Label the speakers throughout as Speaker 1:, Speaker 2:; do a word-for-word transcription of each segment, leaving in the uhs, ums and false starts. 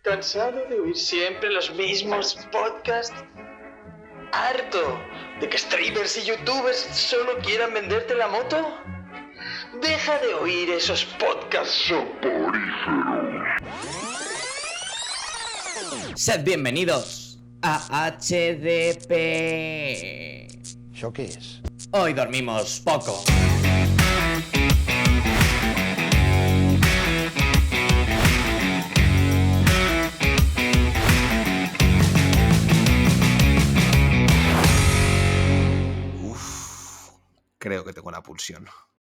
Speaker 1: ¿Cansado de oír siempre los mismos podcasts? ¿Harto de que streamers y youtubers solo quieran venderte la moto? Deja de oír esos podcasts soporíferos.
Speaker 2: Sed bienvenidos a H D P.
Speaker 3: ¿Eso qué es?
Speaker 2: Hoy dormimos poco.
Speaker 4: Uf, creo que tengo una pulsión.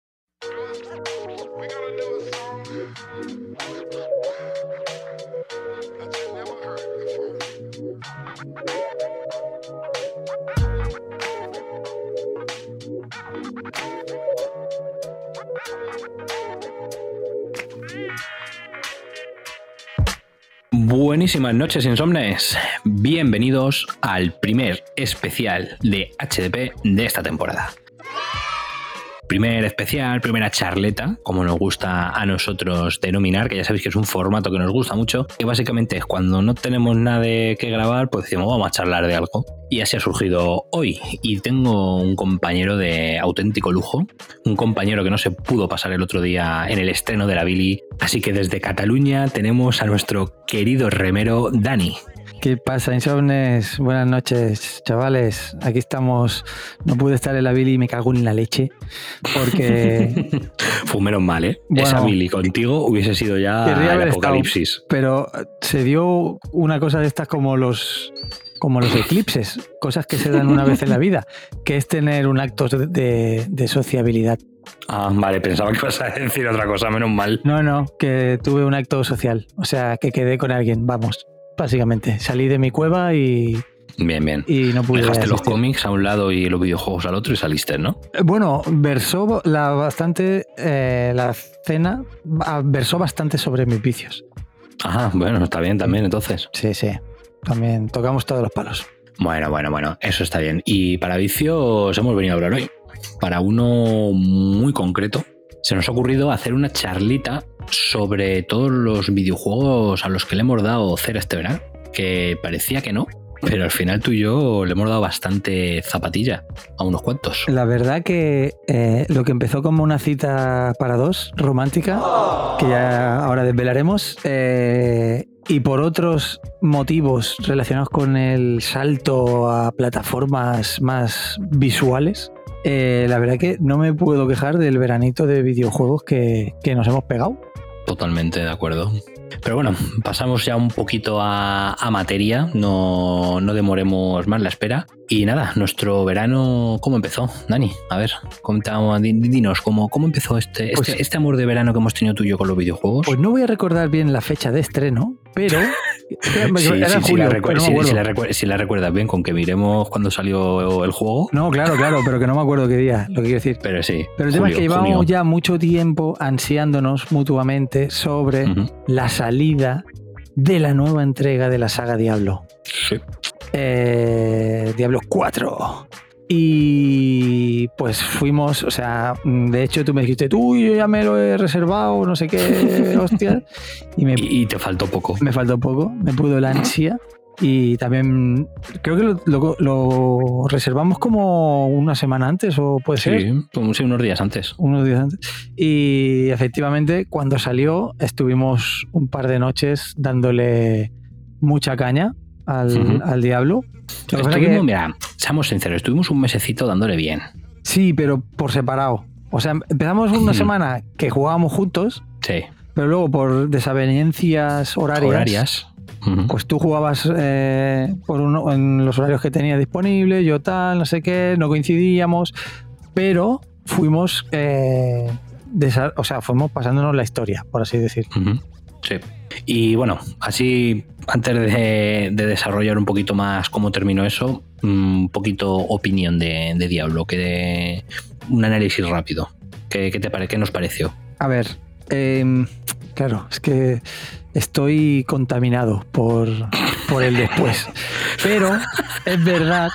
Speaker 5: Buenísimas noches, insomnes. Bienvenidos al primer especial de H D P de esta temporada. Primer especial, primera charleta, como nos gusta a nosotros denominar, que ya sabéis que es un formato que nos gusta mucho, que básicamente es cuando no tenemos nada de qué grabar, pues decimos vamos a charlar de algo. Y así ha surgido hoy. Y tengo un compañero de auténtico lujo, un compañero que no se pudo pasar el otro día en el estreno de la Billy. Así que desde Cataluña tenemos a nuestro querido remero Dani.
Speaker 6: ¿Qué pasa, insomnes? Buenas noches, chavales. Aquí estamos. No pude estar en la Billy y me cago en la leche porque...
Speaker 5: Fue menos mal, ¿eh?
Speaker 6: Bueno,
Speaker 5: esa Billy contigo hubiese sido ya el apocalipsis.
Speaker 6: Estado, pero se dio una cosa de estas como los... como los eclipses, cosas que se dan una vez en la vida, que es tener un acto de, de sociabilidad.
Speaker 5: Ah, vale, pensaba que ibas a decir otra cosa, menos mal.
Speaker 6: No, no, que tuve un acto social, o sea, que quedé con alguien, vamos, básicamente. Salí de mi cueva y...
Speaker 5: Bien, bien.
Speaker 6: Y no pude
Speaker 5: Dejaste
Speaker 6: asistir.
Speaker 5: los cómics a un lado y los videojuegos al otro y saliste, ¿no?
Speaker 6: Bueno, versó la bastante, eh, la cena versó bastante sobre mis vicios.
Speaker 5: Ajá, bueno, está bien también, entonces.
Speaker 6: Sí, sí, también tocamos todos los palos.
Speaker 5: Bueno, bueno, bueno, eso está bien. Y para vicios hemos venido a hablar hoy. Para uno muy concreto, se nos ha ocurrido hacer una charlita sobre todos los videojuegos a los que le hemos dado cera este verano, que parecía que no, pero al final tú y yo le hemos dado bastante zapatilla a unos cuantos.
Speaker 6: La verdad que eh, lo que empezó como una cita para dos, romántica, que ya ahora desvelaremos, eh, y por otros motivos relacionados con el salto a plataformas más visuales, eh, la verdad que no me puedo quejar del veranito de videojuegos que, que nos hemos pegado.
Speaker 5: Totalmente de acuerdo. Pero bueno, pasamos ya un poquito a, a materia, no, no demoremos más la espera. Y nada, nuestro verano, ¿cómo empezó, Dani? A ver, contamos, dinos, ¿cómo, cómo empezó este,
Speaker 6: pues,
Speaker 5: este, este amor de verano que hemos tenido tú y yo con los videojuegos?
Speaker 6: Pues no voy a recordar bien la fecha de estreno, pero...
Speaker 5: sí,
Speaker 6: era
Speaker 5: sí,
Speaker 6: julio,
Speaker 5: si, la recu-
Speaker 6: no
Speaker 5: si,
Speaker 6: me
Speaker 5: si, la recu- si la recuerdas bien, con que miremos cuando salió el juego.
Speaker 6: No, claro, claro, pero que no me acuerdo qué día, lo que quiero decir.
Speaker 5: Pero sí.
Speaker 6: Pero el tema
Speaker 5: julio,
Speaker 6: es que llevamos
Speaker 5: junio.
Speaker 6: ya mucho tiempo ansiándonos mutuamente sobre
Speaker 5: Uh-huh.
Speaker 6: la salida de la nueva entrega de la saga Diablo.
Speaker 5: Sí.
Speaker 6: Eh, Diablo cuatro. Y pues fuimos, o sea, de hecho tú me dijiste, tú yo ya me lo he reservado, no sé qué, hostia. Y me,
Speaker 5: Y, y te faltó poco.
Speaker 6: me faltó poco, me pudo la ansia. Y también creo que lo, lo, lo reservamos como una semana antes, o puede ser.
Speaker 5: Sí, como sí, unos días antes.
Speaker 6: Unos días antes. Y efectivamente, cuando salió, estuvimos un par de noches dándole mucha caña al,
Speaker 5: Uh-huh.
Speaker 6: al Diablo. Lo que pasa
Speaker 5: Estuvimos,
Speaker 6: que,
Speaker 5: mira, seamos sinceros, estuvimos un mesecito dándole bien.
Speaker 6: sí, pero por separado. O sea, empezamos una
Speaker 5: Uh-huh.
Speaker 6: semana que jugábamos juntos,
Speaker 5: Sí.
Speaker 6: pero luego por desavenencias horarias,
Speaker 5: Horarias. Uh-huh.
Speaker 6: pues tú jugabas eh, por uno, en los horarios que tenía disponibles, yo tal, no sé qué, no coincidíamos, pero fuimos, eh, desa- o sea, fuimos pasándonos la historia, por así decir.
Speaker 5: Uh-huh. Sí. Y bueno, así, antes de, de desarrollar un poquito más cómo terminó eso, un poquito opinión de, de Diablo, que de un análisis rápido. ¿Qué, qué te pare, qué nos pareció?
Speaker 6: A ver, eh, claro, es que estoy contaminado por, por el después. Pero es verdad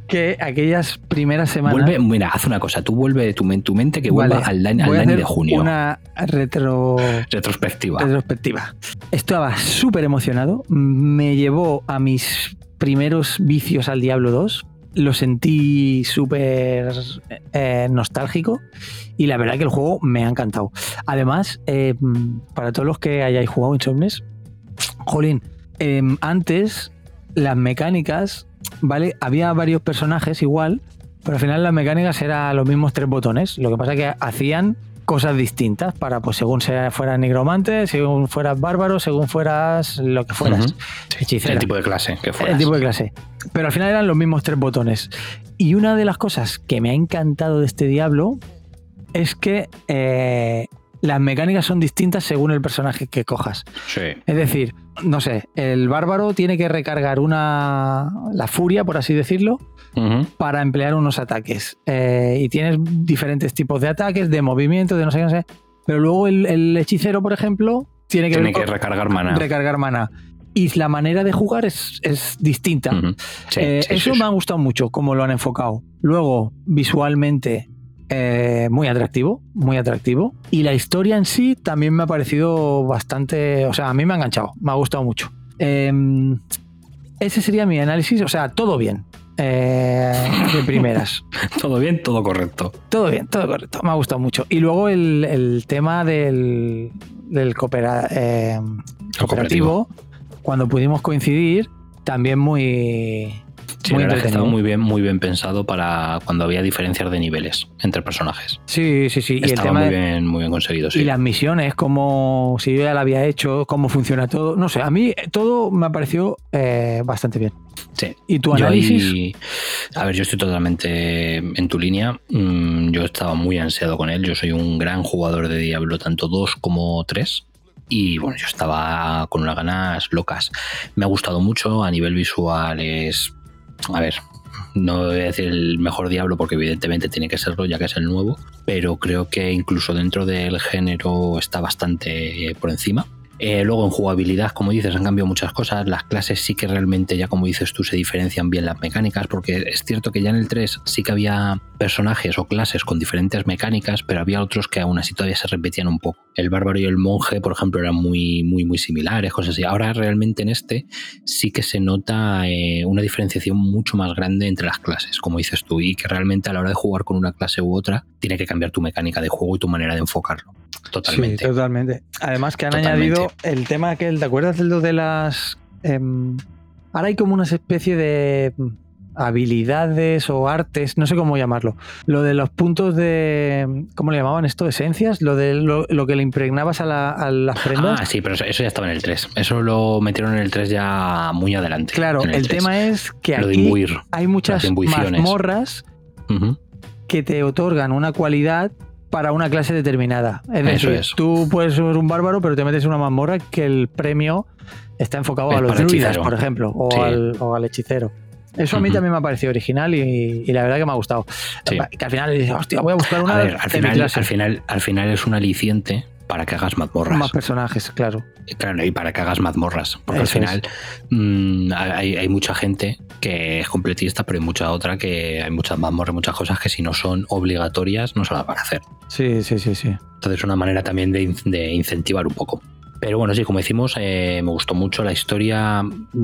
Speaker 6: que aquellas primeras semanas...
Speaker 5: Vuelve, mira, haz una cosa, tú vuelve tu, tu mente que vuelva
Speaker 6: Vale,
Speaker 5: al Dine, al
Speaker 6: voy a
Speaker 5: Dine
Speaker 6: hacer
Speaker 5: de junio.
Speaker 6: Una retro...
Speaker 5: Retrospectiva.
Speaker 6: retrospectiva. Estaba súper emocionado. Me llevó a mis primeros vicios al Diablo dos. Lo sentí súper eh, nostálgico y la verdad que el juego me ha encantado. Además, eh, para todos los que hayáis jugado Insomnes, jolín, eh, antes las mecánicas, ¿vale? Había varios personajes igual, pero al final las mecánicas eran los mismos tres botones. Lo que pasa es que hacían cosas distintas para, pues según sea, fueras nigromante, según fueras bárbaro, según fueras lo que fueras.
Speaker 5: Uh-huh.
Speaker 6: Hechicera.
Speaker 5: El tipo de clase que fueras.
Speaker 6: El tipo de clase. Pero al final eran los mismos tres botones. Y una de las cosas que me ha encantado de este Diablo es que eh, las mecánicas son distintas según el personaje que cojas.
Speaker 5: Sí.
Speaker 6: Es decir, no sé, el bárbaro tiene que recargar una la furia, por así decirlo, uh-huh. para emplear unos ataques. Eh, y tienes diferentes tipos de ataques, de movimiento, de no sé qué, no sé. Pero luego el, el hechicero, por ejemplo, tiene que,
Speaker 5: tiene
Speaker 6: ver,
Speaker 5: que recargar mana.
Speaker 6: Recargar mana. Y la manera de jugar es, es distinta.
Speaker 5: Uh-huh. Sí,
Speaker 6: eh,
Speaker 5: sí,
Speaker 6: eso
Speaker 5: sí,
Speaker 6: me
Speaker 5: sí.
Speaker 6: ha gustado mucho, cómo lo han enfocado. Luego, visualmente, eh, muy atractivo, muy atractivo. Y la historia en sí también me ha parecido bastante... O sea, a mí me ha enganchado, me ha gustado mucho. Eh, ese sería mi análisis. O sea, todo bien. Eh, de primeras.
Speaker 5: Todo bien, todo correcto.
Speaker 6: Todo bien, todo correcto. Me ha gustado mucho. Y luego el, el tema del, del coopera, eh, cooperativo, cuando pudimos coincidir, también muy...
Speaker 5: Sí,
Speaker 6: muy
Speaker 5: la verdad es que
Speaker 6: entretenido.
Speaker 5: estaba muy bien, muy bien pensado para cuando había diferencias de niveles entre personajes.
Speaker 6: Sí, sí, sí. Y el
Speaker 5: Estaba
Speaker 6: tema
Speaker 5: muy
Speaker 6: de-
Speaker 5: bien, muy bien conseguido, sí.
Speaker 6: Y las misiones, como si yo ya la había hecho, cómo funciona todo. No sé, a mí todo me ha parecido eh, bastante bien.
Speaker 5: Sí.
Speaker 6: ¿Y tu
Speaker 5: Yo
Speaker 6: análisis?
Speaker 5: ahí- a ver, yo estoy totalmente en tu línea. Mm, Yo estaba muy ansiado con él. Yo soy un gran jugador de Diablo, tanto dos como tres. Y bueno, yo estaba con unas ganas locas. Me ha gustado mucho. A nivel visual es... A ver, no voy a decir el mejor Diablo porque evidentemente tiene que serlo ya que es el nuevo. Pero creo que incluso dentro del género está bastante eh, por encima. Eh, luego en jugabilidad, como dices, han cambiado muchas cosas. Las clases sí que realmente, ya como dices tú, se diferencian bien las mecánicas, porque es cierto que ya en el tres sí que había personajes o clases con diferentes mecánicas, pero había otros que aún así todavía se repetían un poco. El bárbaro y el monje, por ejemplo, eran muy, muy, muy similares, cosas así. Ahora realmente en este sí que se nota eh, una diferenciación mucho más grande entre las clases, como dices tú, y que realmente a la hora de jugar con una clase u otra tiene que cambiar tu mecánica de juego y tu manera de enfocarlo. Totalmente.
Speaker 6: Sí, totalmente. Además que han
Speaker 5: Totalmente.
Speaker 6: añadido el tema que, ¿te acuerdas de lo de las... em, ahora hay como una especie de em, habilidades o artes, no sé cómo llamarlo. Lo de los puntos de... ¿Cómo le llamaban esto? ¿Esencias? Lo de lo, lo que le impregnabas a, la- a las prendas.
Speaker 5: Ah, sí, pero eso, eso ya estaba en el tres. Eso lo metieron en el tres ya muy adelante.
Speaker 6: Claro,
Speaker 5: en
Speaker 6: el,
Speaker 5: tres.
Speaker 6: tema es que
Speaker 5: Lo de
Speaker 6: aquí
Speaker 5: imbuir.
Speaker 6: hay muchas
Speaker 5: las imbuiciones.
Speaker 6: mazmorras
Speaker 5: Ujú.
Speaker 6: que te otorgan una cualidad para una clase determinada. Es
Speaker 5: Eso
Speaker 6: decir,
Speaker 5: es.
Speaker 6: tú puedes ser un bárbaro, pero te metes en una mazmorra que el premio está enfocado
Speaker 5: Es
Speaker 6: a los
Speaker 5: para
Speaker 6: druidas,
Speaker 5: hechicero.
Speaker 6: por ejemplo, o,
Speaker 5: Sí.
Speaker 6: al, o al hechicero. Eso a mí
Speaker 5: Ujú.
Speaker 6: también me ha parecido original y, y la verdad que me ha gustado.
Speaker 5: Sí.
Speaker 6: Que al final dices, hostia, voy a buscar una
Speaker 5: A ver, al
Speaker 6: de mi
Speaker 5: final,
Speaker 6: clase.
Speaker 5: al, final, al final es un aliciente para que hagas mazmorras.
Speaker 6: Más personajes, claro.
Speaker 5: Claro, y para que hagas mazmorras. Porque
Speaker 6: Eso
Speaker 5: al final mmm, hay, hay mucha gente que es completista, pero hay mucha otra que hay muchas mazmorras, muchas cosas que si no son obligatorias no se las van a hacer.
Speaker 6: Sí, sí, sí, sí.
Speaker 5: Entonces es una manera también de, in- de incentivar un poco. Pero bueno, sí, como decimos, eh, me gustó mucho la historia.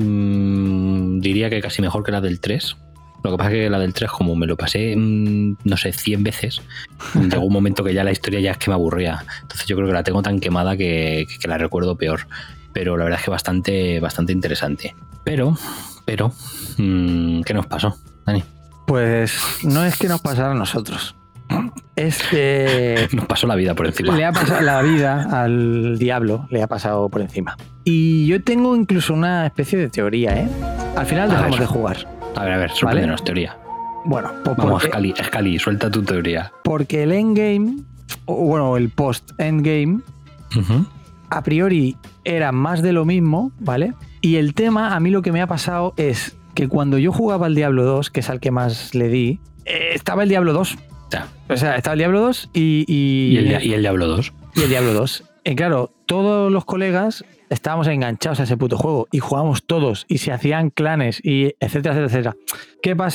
Speaker 5: mmm, diría que casi mejor que la del tres. Lo que pasa es que la del tres, como me lo pasé, mmm, no sé, cien veces, llegó un momento que ya la historia ya es que me aburría. Entonces yo creo que la tengo tan quemada que, que la recuerdo peor. Pero la verdad es que bastante, bastante interesante. Pero, pero, mmm, ¿qué nos pasó, Dani?
Speaker 6: Pues no es que nos pasara a nosotros. Es que
Speaker 5: Nos pasó la vida por encima.
Speaker 6: le ha pasado la vida al diablo, le ha pasado por encima. Y yo tengo incluso una especie de teoría, ¿eh? Al final
Speaker 5: A
Speaker 6: dejamos
Speaker 5: ver.
Speaker 6: de jugar.
Speaker 5: A ver, a ver, sorpréndenos, teoría.
Speaker 6: Bueno, pues
Speaker 5: Vamos,
Speaker 6: porque,
Speaker 5: Scali, Scali, suelta tu teoría.
Speaker 6: porque el endgame, o bueno, el post-endgame,
Speaker 5: Ujú.
Speaker 6: a priori era más de lo mismo, ¿vale? Y el tema, a mí lo que me ha pasado es que cuando yo jugaba al Diablo dos, que es al que más le di, eh, estaba el Diablo dos.
Speaker 5: Ya.
Speaker 6: O sea, estaba el Diablo dos y, y,
Speaker 5: ¿Y el, dia- y el Diablo dos?
Speaker 6: y el Diablo dos. Y claro, todos los colegas estábamos enganchados a ese puto juego y jugábamos todos y se hacían clanes y etcétera, etcétera, etcétera. ¿Qué pasa?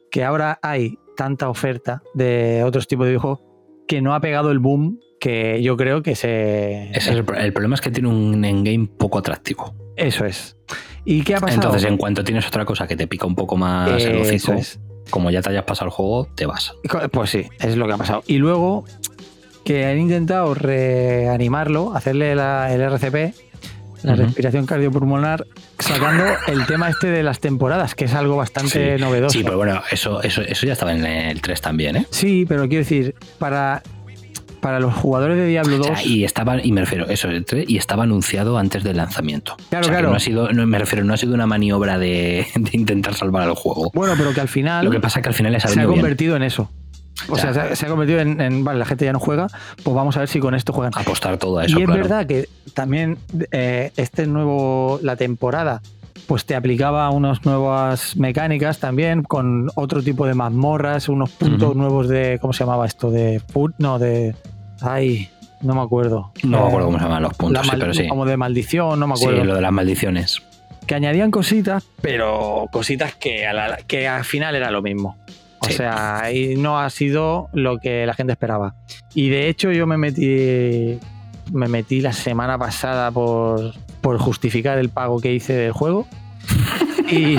Speaker 6: que ahora hay tanta oferta de otros tipos de videojuegos que no ha pegado el boom que yo creo que se...
Speaker 5: Ese es el, el problema es que tiene un endgame poco atractivo.
Speaker 6: Eso es. ¿Y qué ha pasado?
Speaker 5: Entonces, en cuanto tienes otra cosa que te pica un poco más eh, el hocico, es. como ya te hayas pasado el juego, te vas.
Speaker 6: Pues sí, es lo que ha pasado. Y luego que han intentado reanimarlo, hacerle la, el R C P, la uh-huh. respiración cardiopulmonar, sacando el tema este de las temporadas, que es algo bastante
Speaker 5: sí.
Speaker 6: novedoso.
Speaker 5: Sí, pero bueno, eso, eso, eso ya estaba en el tres también, ¿eh?
Speaker 6: Sí, pero quiero decir, para... Para los jugadores de Diablo dos...
Speaker 5: O sea, y estaba, y me refiero, eso, y estaba anunciado antes del lanzamiento.
Speaker 6: Claro,
Speaker 5: o sea,
Speaker 6: claro.
Speaker 5: No ha sido, no, me refiero, no ha sido una maniobra de, de intentar salvar al juego.
Speaker 6: Bueno, pero que al final...
Speaker 5: Lo que pasa es que al final les ha
Speaker 6: se ha
Speaker 5: bien.
Speaker 6: convertido en eso. O, o sea, sea, se ha convertido en, en... Vale, la gente ya no juega, pues vamos a ver si con esto juegan.
Speaker 5: Apostar todo a eso,
Speaker 6: Y es
Speaker 5: claro.
Speaker 6: verdad que también eh, este nuevo... La temporada... pues te aplicaba unas nuevas mecánicas también, con otro tipo de mazmorras, unos puntos uh-huh. nuevos de... ¿Cómo se llamaba esto? De food, no, de... Ay, no me acuerdo.
Speaker 5: No
Speaker 6: eh,
Speaker 5: me acuerdo cómo se llaman los puntos,
Speaker 6: mal,
Speaker 5: sí, pero sí.
Speaker 6: Como de maldición, no me acuerdo.
Speaker 5: Sí, lo de las maldiciones.
Speaker 6: Que añadían cositas, pero cositas que, a la, que al final era lo mismo. O sí. sea, y no ha sido lo que la gente esperaba. Y de hecho yo me metí me metí la semana pasada por, por justificar el pago que hice del juego. Y...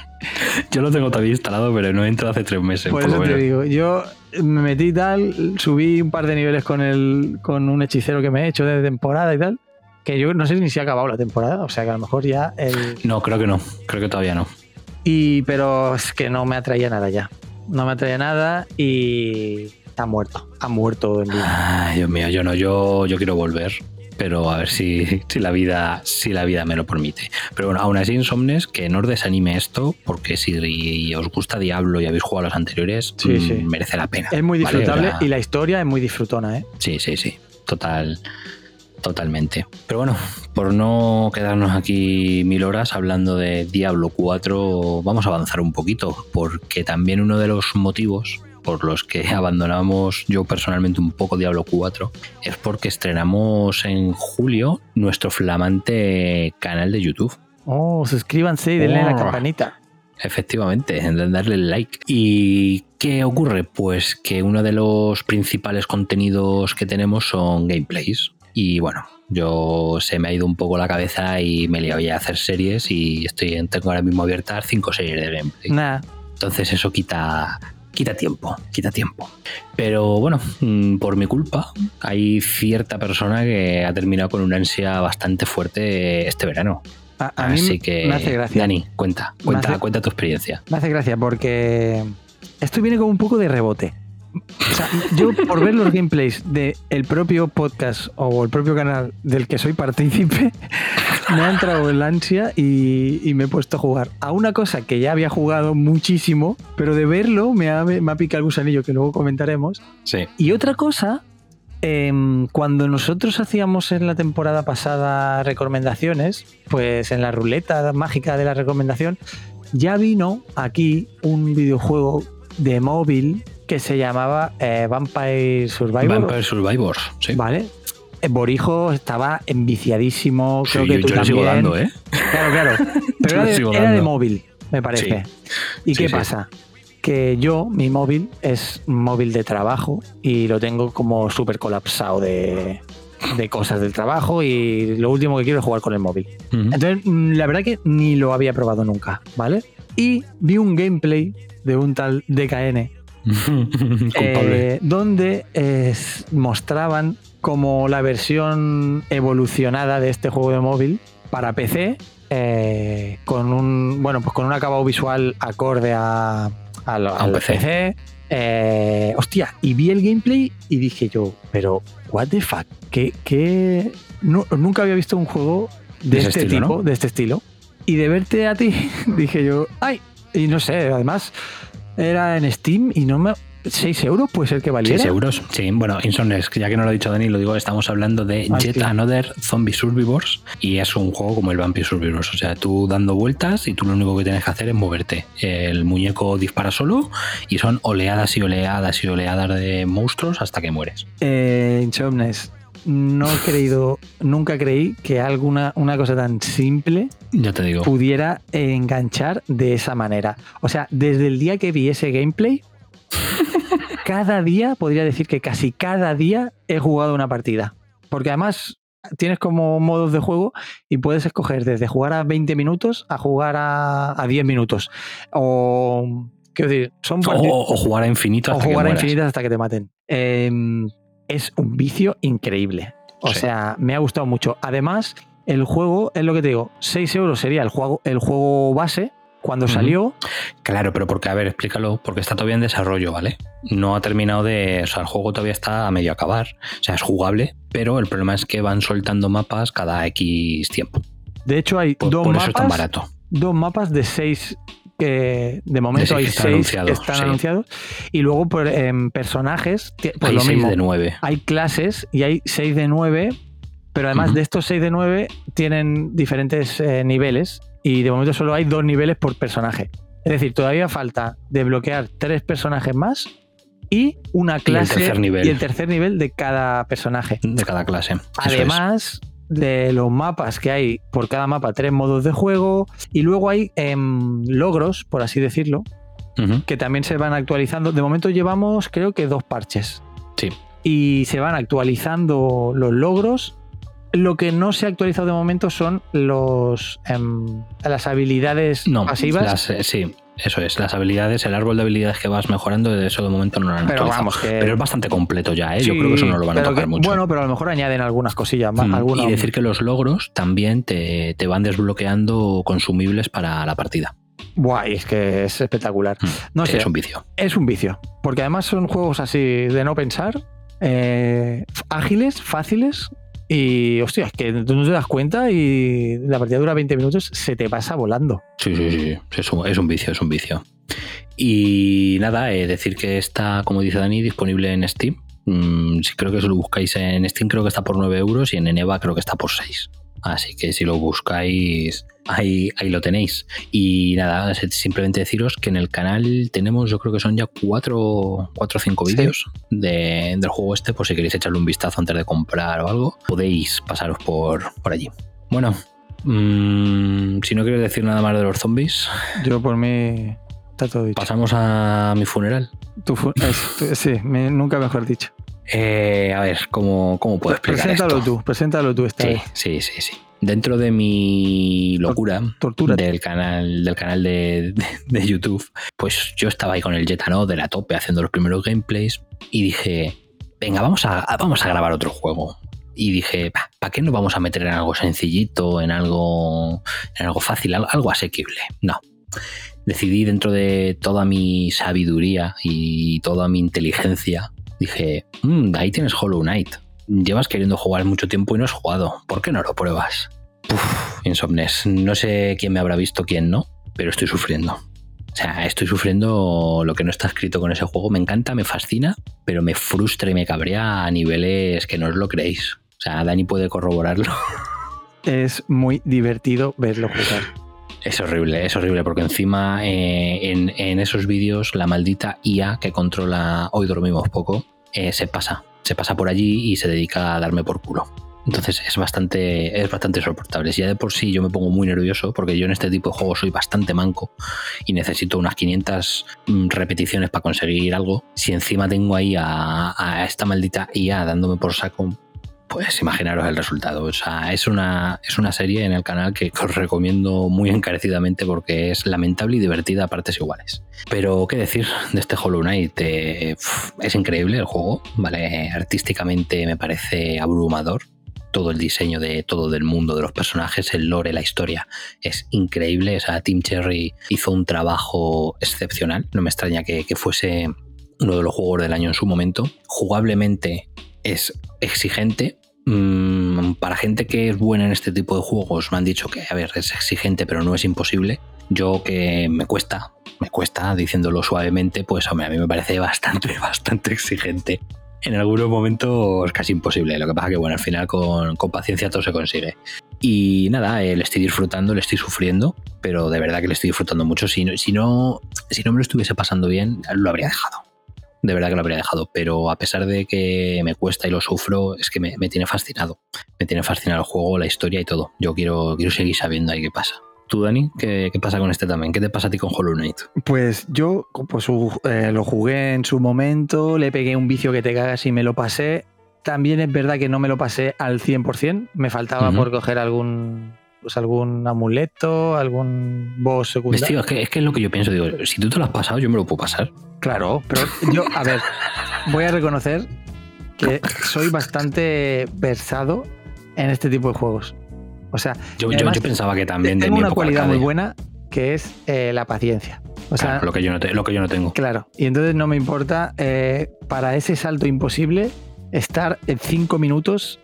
Speaker 5: Yo lo tengo todavía instalado, pero no entro hace tres meses.
Speaker 6: Por, por eso te digo, yo me metí tal, subí un par de niveles con el con un hechicero que me he hecho de temporada y tal, que yo no sé ni si ha acabado la temporada, o sea que a lo mejor ya el...
Speaker 5: No, creo que no, creo que todavía no.
Speaker 6: Y pero es que no me atraía nada ya, no me atraía nada y está muerto, ha muerto en vida.
Speaker 5: Ay, Dios mío, yo no, yo, yo quiero volver. Pero a ver si, si, la vida, si la vida me lo permite. Pero bueno, aún así, Insomnes, que no os desanime esto, porque si os gusta Diablo y habéis jugado a los anteriores, sí, mmm, sí. merece la pena.
Speaker 6: Es muy disfrutable, ¿vale? O sea, y la historia es muy disfrutona, ¿eh?
Speaker 5: Sí, sí, sí, total, totalmente. Pero bueno, por no quedarnos aquí mil horas hablando de Diablo cuatro, vamos a avanzar un poquito, porque también uno de los motivos por los que abandonamos yo personalmente un poco Diablo cuatro es porque estrenamos en julio nuestro flamante canal de YouTube.
Speaker 6: Oh, suscríbanse y denle oh. a la campanita.
Speaker 5: Efectivamente, darle el like. ¿Y qué ocurre? Pues que uno de los principales contenidos que tenemos son gameplays. Y bueno, yo se me ha ido un poco la cabeza y me voy a hacer series y estoy tengo ahora mismo abiertas cinco series de gameplay.
Speaker 6: Nah.
Speaker 5: Entonces eso quita... Quita tiempo, quita tiempo. Pero bueno, por mi culpa, hay cierta persona que ha terminado con una ansia bastante fuerte este verano.
Speaker 6: A, a
Speaker 5: Así
Speaker 6: mí
Speaker 5: que,
Speaker 6: me hace gracia.
Speaker 5: Dani, cuenta, cuenta,
Speaker 6: hace,
Speaker 5: cuenta tu experiencia.
Speaker 6: Me hace gracia porque esto viene como un poco de rebote. O sea, yo por ver los gameplays del propio podcast o el propio canal del que soy partícipe, me ha entrado el ansia y, y me he puesto a jugar a una cosa que ya había jugado muchísimo, pero de verlo me ha, me ha picado el gusanillo, que luego comentaremos.
Speaker 5: Sí.
Speaker 6: Y otra cosa, eh, cuando nosotros hacíamos en la temporada pasada recomendaciones, pues en la ruleta mágica de la recomendación, ya vino aquí un videojuego de móvil que se llamaba eh, Vampire Survivors.
Speaker 5: Vampire Survivors, sí.
Speaker 6: Vale. Borijo estaba enviciadísimo, creo
Speaker 5: sí,
Speaker 6: que
Speaker 5: yo,
Speaker 6: tú
Speaker 5: yo
Speaker 6: también.
Speaker 5: Sigo dando, ¿eh?
Speaker 6: Claro, claro. Pero era de, era de móvil, me parece.
Speaker 5: Sí.
Speaker 6: ¿Y
Speaker 5: sí,
Speaker 6: qué
Speaker 5: sí.
Speaker 6: pasa? Que yo, mi móvil, es un móvil de trabajo y lo tengo como súper colapsado de, de cosas del trabajo y lo último que quiero es jugar con el móvil. Uh-huh. Entonces, la verdad que ni lo había probado nunca, ¿vale? Y vi un gameplay de un tal D K N eh, donde eh, mostraban como la versión evolucionada de este juego de móvil para P C eh, con un bueno pues con un acabado visual acorde a, a, a al P C, P C eh, hostia, y vi el gameplay y dije yo, pero what the fuck, que, que... No, nunca había visto un juego de, de este estilo, tipo, ¿no? de este estilo, y de verte a ti dije yo, ay, y no sé, además era en Steam y no me... ¿seis euros puede ser que valiera?
Speaker 5: seis euros, sí. Bueno, Insomnes, ya que no lo ha dicho Dani, lo digo, estamos hablando de
Speaker 6: Ay,
Speaker 5: Jet
Speaker 6: sí.
Speaker 5: Another Zombie Survivors y es un juego como el Vampire Survivors, o sea, tú dando vueltas y tú lo único que tienes que hacer es moverte. El muñeco dispara solo y son oleadas y oleadas y oleadas de monstruos hasta que mueres.
Speaker 6: Eh, Insomnes, no he creído, nunca creí que alguna una cosa tan simple
Speaker 5: Ya te digo.
Speaker 6: pudiera enganchar de esa manera. O sea, desde el día que vi ese gameplay, cada día, podría decir que casi cada día he jugado una partida. Porque además tienes como modos de juego y puedes escoger desde jugar a veinte minutos a jugar a, a diez minutos. O, quiero decir, son
Speaker 5: O,
Speaker 6: partidas...
Speaker 5: o jugar a infinito
Speaker 6: O
Speaker 5: hasta
Speaker 6: jugar
Speaker 5: que
Speaker 6: a
Speaker 5: mueras.
Speaker 6: infinitas hasta que te maten. Eh, es un vicio increíble. O
Speaker 5: Sí.
Speaker 6: sea, me ha gustado mucho. Además, el juego, es lo que te digo, seis euros sería el juego, el juego base cuando
Speaker 5: Ujú.
Speaker 6: salió.
Speaker 5: Claro, pero porque, a ver, explícalo, porque está todavía en desarrollo, ¿vale? No ha terminado de... O sea, el juego todavía está a medio acabar. O sea, es jugable, pero el problema es que van soltando mapas cada X tiempo.
Speaker 6: De hecho, hay
Speaker 5: Por,
Speaker 6: dos,
Speaker 5: por eso es tan
Speaker 6: mapas,
Speaker 5: barato.
Speaker 6: dos mapas de seis que de momento
Speaker 5: De seis
Speaker 6: hay
Speaker 5: que están
Speaker 6: seis
Speaker 5: anunciados,
Speaker 6: que están
Speaker 5: sí.
Speaker 6: anunciados. Y luego por em, personajes, que- pues
Speaker 5: Hay
Speaker 6: lo
Speaker 5: seis
Speaker 6: mismo.
Speaker 5: de nueve.
Speaker 6: Hay clases y hay seis de nueve, pero además
Speaker 5: Ujú.
Speaker 6: de estos seis de nueve tienen diferentes eh, niveles y de momento solo hay dos niveles por personaje. Es decir, todavía falta desbloquear tres personajes más y una clase
Speaker 5: tercer nivel.
Speaker 6: y el tercer nivel de cada personaje.
Speaker 5: De cada clase. Eso
Speaker 6: Además de los mapas que hay, por cada mapa tres modos de juego y luego hay em, logros, por así decirlo,
Speaker 5: es. Ujú.
Speaker 6: que también se van actualizando. De momento llevamos creo que dos parches.
Speaker 5: Sí.
Speaker 6: Y se van actualizando los logros. Lo que no se ha actualizado de momento son los em, las habilidades
Speaker 5: No,
Speaker 6: pasivas.
Speaker 5: las, eh, sí, eso es. Las habilidades, el árbol de habilidades que vas mejorando, de eso de momento no lo han
Speaker 6: Pero
Speaker 5: actualizado.
Speaker 6: vamos, que...
Speaker 5: Pero es bastante completo ya, ¿eh? Yo
Speaker 6: Sí,
Speaker 5: creo que eso no lo van a
Speaker 6: pero
Speaker 5: tocar
Speaker 6: que-
Speaker 5: mucho.
Speaker 6: Bueno, pero a lo mejor añaden algunas cosillas más.
Speaker 5: Mm,
Speaker 6: alguna-
Speaker 5: Y decir que los logros también te, te van desbloqueando consumibles para la partida.
Speaker 6: Buah, y es que es espectacular.
Speaker 5: Mm,
Speaker 6: No
Speaker 5: que
Speaker 6: sé,
Speaker 5: es un vicio.
Speaker 6: es un vicio. Porque además son juegos así de no pensar, eh, ágiles, fáciles. Y, hostia, es que tú no te das cuenta y la partida dura veinte minutos, se te pasa volando.
Speaker 5: Sí, sí, sí, sí. Es un, es un vicio, es un vicio. Y nada, eh, decir que está, como dice Dani, disponible en Steam. Mm, si creo que si lo buscáis en Steam creo que está por nueve euros y en Eneba creo que está por seis. Así que si lo buscáis, ahí, ahí lo tenéis. Y nada, simplemente deciros que en el canal tenemos, yo creo que son ya cuatro o cinco
Speaker 6: Sí.
Speaker 5: vídeos de, del juego este, por si queréis echarle un vistazo antes de comprar o algo, podéis pasaros por, por allí. Bueno, mmm, si no quieres decir nada más de los zombies,
Speaker 6: Yo por mí está todo dicho.
Speaker 5: pasamos a mi funeral.
Speaker 6: Tu fu- es- tu- sí, me- nunca mejor dicho.
Speaker 5: Eh, a ver, ¿cómo, cómo puedo explicar
Speaker 6: Preséntalo
Speaker 5: esto?
Speaker 6: tú, preséntalo tú esta
Speaker 5: Sí,
Speaker 6: vez.
Speaker 5: sí, sí, sí. Dentro de mi locura
Speaker 6: Tortura.
Speaker 5: del canal, del canal de, de- de YouTube, pues yo estaba ahí con el Jetano de la tope haciendo los primeros gameplays y dije, venga, vamos a, vamos a grabar otro juego. Y dije, ¿para qué nos vamos a meter en algo sencillito, en algo, en algo fácil, algo, algo asequible? No. Decidí, dentro de toda mi sabiduría y toda mi inteligencia, dije, "Mm, ahí tienes Hollow Knight. Llevas queriendo jugar mucho tiempo y no has jugado. ¿Por qué no lo pruebas?" Uf, Insomnes. No sé quién me habrá visto, quién no, pero estoy sufriendo. O sea, estoy sufriendo lo que no está escrito con ese juego. Me encanta, me fascina, pero me frustra y me cabrea a niveles que no os lo creéis. O sea, Dani puede corroborarlo.
Speaker 6: Es muy divertido verlo jugar.
Speaker 5: Es horrible, es horrible, porque encima eh, en, en esos vídeos la maldita I A que controla Hoy Dormimos Poco eh, se pasa, se pasa por allí y se dedica a darme por culo. Entonces es bastante, es bastante soportable. Si ya de por sí yo me pongo muy nervioso, porque yo en este tipo de juegos soy bastante manco y necesito unas quinientas mm, repeticiones para conseguir algo, si encima tengo ahí a, a esta maldita I A dándome por saco, pues imaginaros el resultado. O sea, es una, es una serie en el canal que os recomiendo muy encarecidamente porque es lamentable y divertida a partes iguales. Pero, ¿qué decir de este Hollow Knight? Eh, pf, es increíble el juego, ¿vale? Artísticamente me parece abrumador. Todo el diseño de todo del mundo, de los personajes, el lore, la historia, es increíble. O sea, Team Cherry hizo un trabajo excepcional. No me extraña que, que fuese uno de los juegos del año en su momento. Jugablemente es exigente. Mm, para gente que es buena en este tipo de juegos, me han dicho que, a ver, es exigente, pero no es imposible. Yo, que me cuesta, me cuesta, diciéndolo suavemente, pues hombre, a mí me parece bastante, bastante exigente. En algunos momentos casi imposible. Lo que pasa que, bueno, al final con, con paciencia todo se consigue. Y nada, eh, le estoy disfrutando, le estoy sufriendo, pero de verdad que le estoy disfrutando mucho. Si no, si no, si no me lo estuviese pasando bien, lo habría dejado. de verdad que lo habría dejado, pero a pesar de que me cuesta y lo sufro, es que me, me tiene fascinado. Me tiene fascinado el juego, la historia y todo. Yo quiero, quiero seguir sabiendo ahí qué pasa. Tú, Dani, ¿qué, qué pasa con este también? ¿Qué te pasa a ti con Hollow Knight?
Speaker 6: Pues yo pues, eh, lo jugué en su momento, le pegué un vicio que te cagas y me lo pasé. También es verdad que no me lo pasé al cien por ciento. Me faltaba uh-huh. por coger algún, pues, algún amuleto, algún boss secundario.
Speaker 5: Tío, es, que, es que es lo que yo pienso. Digo, si tú te lo has pasado, yo me lo puedo pasar.
Speaker 6: Claro, pero yo, a ver, voy a reconocer que soy bastante versado en este tipo de juegos. O sea,
Speaker 5: yo,
Speaker 6: además,
Speaker 5: yo, yo pensaba que también
Speaker 6: tengo
Speaker 5: de mi
Speaker 6: una cualidad
Speaker 5: arcade.
Speaker 6: muy buena que es eh, la paciencia. O sea,
Speaker 5: claro, lo que yo no te, lo que yo no tengo.
Speaker 6: Claro, y entonces no me importa eh, para ese salto imposible estar en cinco minutos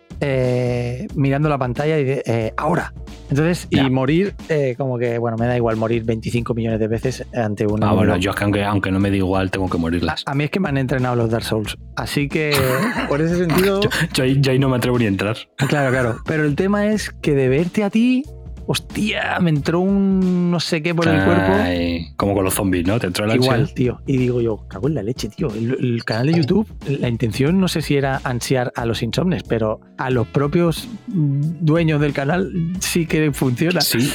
Speaker 6: eh, mirando la pantalla y de, eh, ahora. Entonces, ya. y morir, eh, como que, bueno, me da igual morir veinticinco millones de veces ante una.
Speaker 5: Ah, bueno, yo es que aunque, aunque no me da igual, tengo que morirlas.
Speaker 6: A, a mí es que me han entrenado los Dark Souls. Así que, por ese sentido.
Speaker 5: yo, yo, ahí, yo ahí no me atrevo ni a entrar.
Speaker 6: Claro, claro. Pero el tema es que de verte a ti. Hostia, me entró un no sé qué por el cuerpo.
Speaker 5: Ay, como con los zombies, ¿no? Te entró el ansia.
Speaker 6: Igual, tío. Y digo yo, cago en la leche, tío. El, el canal de YouTube, la intención no sé si era ansiar a los insomnes, pero a los propios dueños del canal sí que funciona.
Speaker 5: Sí,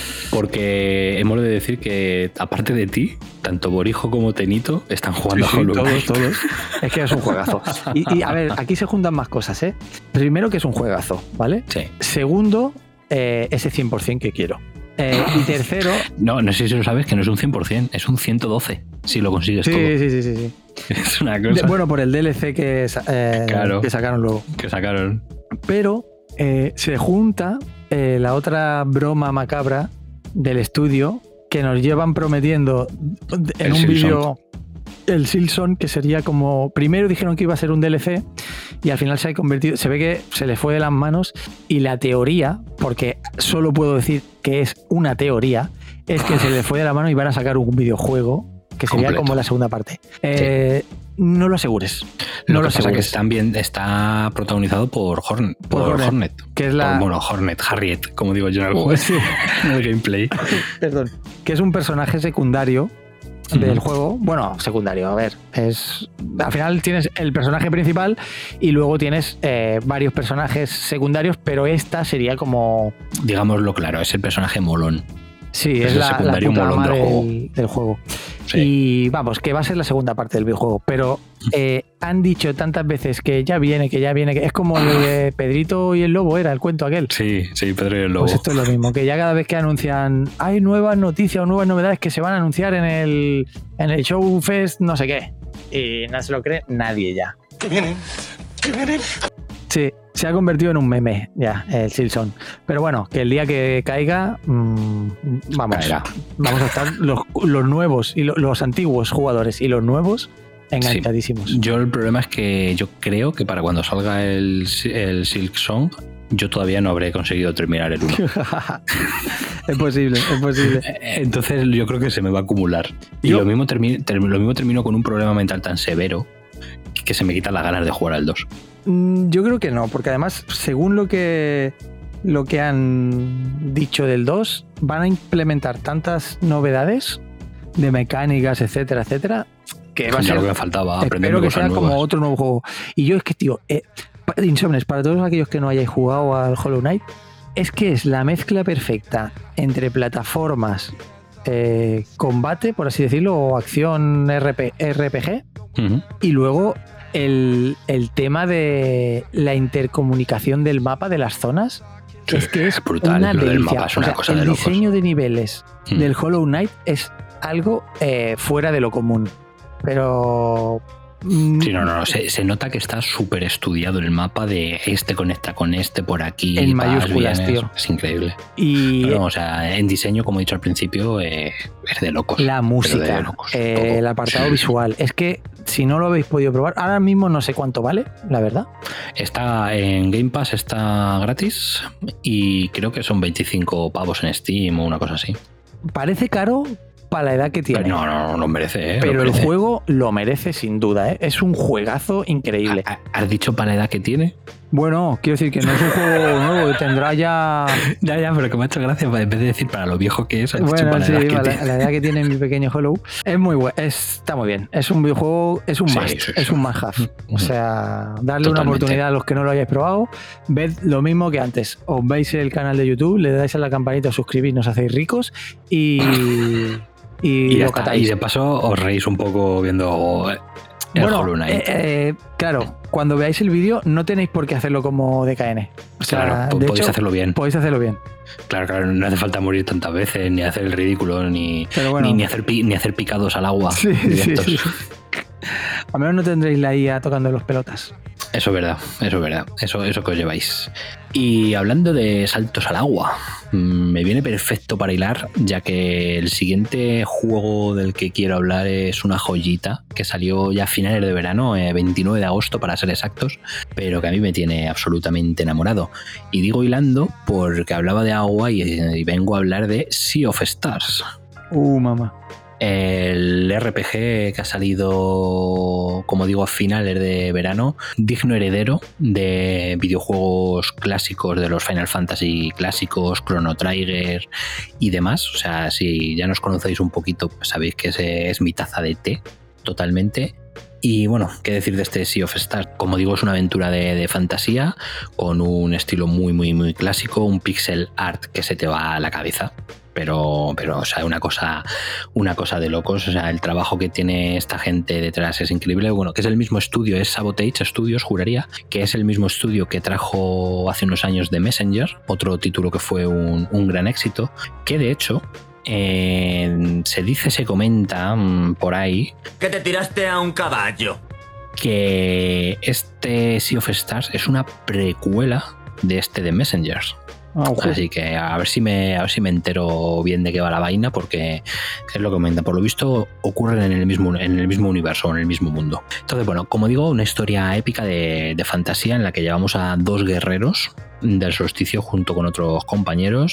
Speaker 5: porque hemos de decir que aparte de ti, tanto Borijo como Tenito están jugando
Speaker 6: sí, sí,
Speaker 5: a Hollow Knight.
Speaker 6: Todos, todos. Es que es un juegazo. Y, y a ver, aquí se juntan más cosas, ¿eh? Primero que es un juegazo, ¿vale?
Speaker 5: Sí.
Speaker 6: Segundo, Eh, ese cien por ciento que quiero. Eh, y tercero...
Speaker 5: No, no sé si lo sabes, que no es un cien por ciento, es un ciento doce si lo consigues
Speaker 6: sí,
Speaker 5: todo.
Speaker 6: Sí, sí, sí, sí.
Speaker 5: Es una cosa...
Speaker 6: De, bueno, por el D L C que, eh,
Speaker 5: claro,
Speaker 6: que sacaron luego.
Speaker 5: Que sacaron.
Speaker 6: Pero eh, se junta eh, la otra broma macabra del estudio que nos llevan prometiendo en
Speaker 5: el
Speaker 6: un vídeo...
Speaker 5: Silksong.
Speaker 6: El Silksong, que sería como... Primero dijeron que iba a ser un D L C y al final se ha convertido... Se ve que se le fue de las manos y la teoría, porque solo puedo decir que es una teoría, es que se le fue de la mano y van a sacar un videojuego que sería completo, como la segunda parte. Eh, sí. No lo asegures.
Speaker 5: No
Speaker 6: no
Speaker 5: lo,
Speaker 6: lo
Speaker 5: pasa
Speaker 6: asegures.
Speaker 5: que también está protagonizado por Hornet. Por, por Hornet, Hornet.
Speaker 6: Que es la...
Speaker 5: Por, bueno, Hornet, Harriet, como digo yo en el juego. Sí. En el gameplay.
Speaker 6: Perdón. Que es un personaje secundario del uh-huh. juego, bueno, secundario, a ver, es al final tienes el personaje principal y luego tienes eh, varios personajes secundarios, pero esta sería como...
Speaker 5: Digámoslo claro, es el personaje molón.
Speaker 6: Sí, es, es la, la puta ama del, juego. del juego. Sí. Y vamos, que va a ser la segunda parte del videojuego, pero eh, han dicho tantas veces que ya viene, que ya viene, que es como el de Pedrito y el Lobo, era el cuento aquel.
Speaker 5: Sí, sí, Pedro y el Lobo.
Speaker 6: Pues esto es lo mismo, que ya cada vez que anuncian hay nuevas noticias o nuevas novedades que se van a anunciar en el, en el Show Fest, no sé qué. Y no se lo cree nadie ya.
Speaker 1: Que vienen, que vienen.
Speaker 6: Sí, se ha convertido en un meme ya, el Silksong. Pero bueno, que el día que caiga, mmm, vamos, Caerá. vamos a estar los, los nuevos y los, los antiguos jugadores y los nuevos enganchadísimos.
Speaker 5: Sí. Yo el problema es que yo creo que para cuando salga el, el Silksong, yo todavía no habré conseguido terminar el uno.
Speaker 6: Es posible, es posible.
Speaker 5: Entonces yo creo que se me va a acumular. Y lo mismo, termino, lo mismo termino con un problema mental tan severo que se me quitan las ganas de jugar al dos.
Speaker 6: Yo creo que no, porque además, según lo que, lo que han dicho del dos, van a implementar tantas novedades de mecánicas, etcétera, etcétera, que va a ser...
Speaker 5: lo que me faltaba,
Speaker 6: espero que sea nuevas. Como otro nuevo juego. Y yo es que, tío, eh, Insomnes, para todos aquellos que no hayáis jugado al Hollow Knight, es que es la mezcla perfecta entre plataformas, eh, combate, por así decirlo, o acción R P G, uh-huh. y luego el, el tema de la intercomunicación del mapa de las zonas, que es que es brutal, una delicia. Del mapa es una o sea, cosa el de locos. Diseño de niveles uh-huh. del Hollow Knight es algo eh, fuera de lo común, pero...
Speaker 5: Sí, no, no, no. Se, se nota que está súper estudiado el mapa de este conecta con este por aquí.
Speaker 6: En mayúsculas,
Speaker 5: vienes.
Speaker 6: tío.
Speaker 5: Es increíble.
Speaker 6: Y
Speaker 5: Pero, o sea, en diseño, como he dicho al principio, eh, es de locos.
Speaker 6: La música, de locos, eh, el apartado sí. visual. Es que si no lo habéis podido probar, ahora mismo no sé cuánto vale, la verdad.
Speaker 5: Está en Game Pass, está gratis y creo que son veinticinco pavos en Steam o una cosa así.
Speaker 6: Parece caro para la edad que tiene.
Speaker 5: Pero no, no, no merece, ¿eh?
Speaker 6: Pero
Speaker 5: merece.
Speaker 6: El juego lo merece sin duda, ¿eh? Es un juegazo increíble.
Speaker 5: ¿Has dicho para la edad que tiene?
Speaker 6: Bueno, quiero decir que no es un juego nuevo, tendrá ya...
Speaker 5: Ya, ya, pero que me ha hecho gracia, en vez de decir para lo viejo que es, has dicho
Speaker 6: Bueno,
Speaker 5: para
Speaker 6: sí,
Speaker 5: la edad que
Speaker 6: la,
Speaker 5: tiene.
Speaker 6: la edad que tiene mi pequeño Hollow. Es muy bueno, está muy bien. Es un videojuego, es un
Speaker 5: Sí,
Speaker 6: must,
Speaker 5: sí, sí.
Speaker 6: es un must have. O sea, darle
Speaker 5: Totalmente.
Speaker 6: una oportunidad a los que no lo hayáis probado. Ved lo mismo que antes. Os veis el canal de YouTube, le dais a la campanita, os suscribís, nos hacéis ricos y... Y,
Speaker 5: Y, ya
Speaker 6: lo
Speaker 5: está.
Speaker 6: catáis.
Speaker 5: Y de paso os reís un poco viendo el
Speaker 6: Bueno,
Speaker 5: Hollow Knight.
Speaker 6: eh, eh, claro, cuando veáis el vídeo no tenéis por qué hacerlo como D K N. O sea,
Speaker 5: claro, po-
Speaker 6: de
Speaker 5: podéis
Speaker 6: hecho,
Speaker 5: hacerlo bien.
Speaker 6: podéis hacerlo bien.
Speaker 5: Claro, claro, no hace falta morir tantas veces, ni hacer el ridículo, ni,
Speaker 6: Pero bueno.
Speaker 5: ni, ni hacer, pi- ni hacer picados al agua.
Speaker 6: Sí, sí,
Speaker 5: directos.
Speaker 6: sí. Al menos no tendréis la I A tocando los pelotas.
Speaker 5: Eso es verdad, eso es verdad, eso, eso que os lleváis. Y hablando de saltos al agua, mm, me viene perfecto para hilar, ya que el siguiente juego del que quiero hablar es una joyita que salió ya a finales de verano, eh, veintinueve de agosto para ser exactos, pero que a mí me tiene absolutamente enamorado. Y digo hilando porque hablaba de agua y, y vengo a hablar de Sea of Stars.
Speaker 6: Uh, mamá.
Speaker 5: El R P G que ha salido, como digo, a finales de verano, digno heredero de videojuegos clásicos de los Final Fantasy clásicos, Chrono Trigger y demás. O sea, si ya nos conocéis un poquito, pues sabéis que ese es mi taza de té, totalmente. Y bueno, qué decir de este Sea of Stars. Como digo, es una aventura de, de fantasía con un estilo muy, muy, muy clásico, un pixel art que se te va a la cabeza. Pero, pero, o sea, una cosa, una cosa de locos. O sea, el trabajo que tiene esta gente detrás es increíble. Bueno, que es el mismo estudio, es Sabotage Studios, juraría, que es el mismo estudio que trajo hace unos años The Messenger, otro título que fue un, un gran éxito, que de hecho eh, se dice, se comenta mmm, por ahí
Speaker 3: Que te tiraste a un caballo.
Speaker 5: que este Sea of Stars es una precuela de este The Messengers.
Speaker 6: Ah, ojo.
Speaker 5: Así que a ver si me a ver si me entero bien de qué va la vaina, porque es lo que comenta. Por lo visto ocurren en el mismo en el mismo universo, en el mismo mundo. Entonces, bueno, como digo, una historia épica de, de fantasía en la que llevamos a dos guerreros del solsticio junto con otros compañeros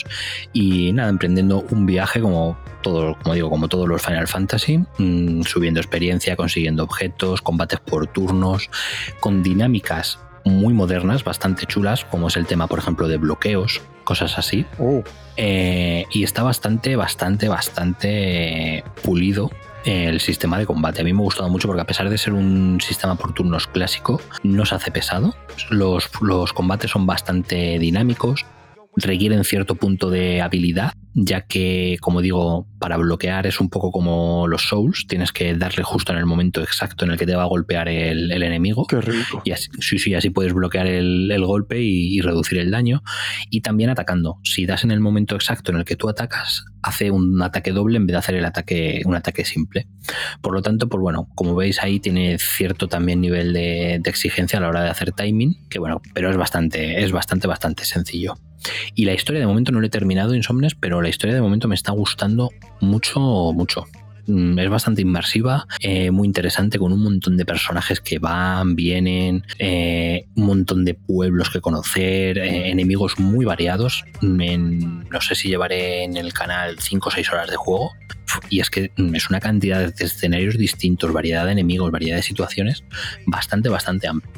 Speaker 5: y nada, emprendiendo un viaje como todo, como digo, como todos los Final Fantasy, mmm, subiendo experiencia, consiguiendo objetos, combates por turnos, con dinámicas muy modernas, bastante chulas, como es el tema, por ejemplo, de bloqueos, cosas así.
Speaker 6: Uh,
Speaker 5: Eh, y está bastante, bastante, bastante pulido el sistema de combate. A mí me ha gustado mucho porque a pesar de ser un sistema por turnos clásico, no se hace pesado. Los, los combates son bastante dinámicos, requieren cierto punto de habilidad, ya que, como digo, para bloquear es un poco como los Souls, tienes que darle justo en el momento exacto en el que te va a golpear el, el enemigo.
Speaker 6: qué rico.
Speaker 5: Y así, sí, sí, así puedes bloquear el, el golpe y, y reducir el daño. Y también atacando. Si das en el momento exacto en el que tú atacas, hace un ataque doble en vez de hacer el ataque, un ataque simple. Por lo tanto, pues bueno, como veis ahí tiene cierto también nivel de, de exigencia a la hora de hacer timing, que bueno, pero es bastante, es bastante, bastante sencillo. Y la historia de momento no la he terminado, Insomnes, pero la historia de momento me está gustando mucho, mucho. Es bastante inmersiva, eh, muy interesante, con un montón de personajes que van, vienen, eh, un montón de pueblos que conocer, eh, enemigos muy variados. En, no sé si llevaré en el canal cinco o seis horas de juego. Y es que es una cantidad de escenarios distintos, variedad de enemigos, variedad de situaciones, bastante, bastante amplia.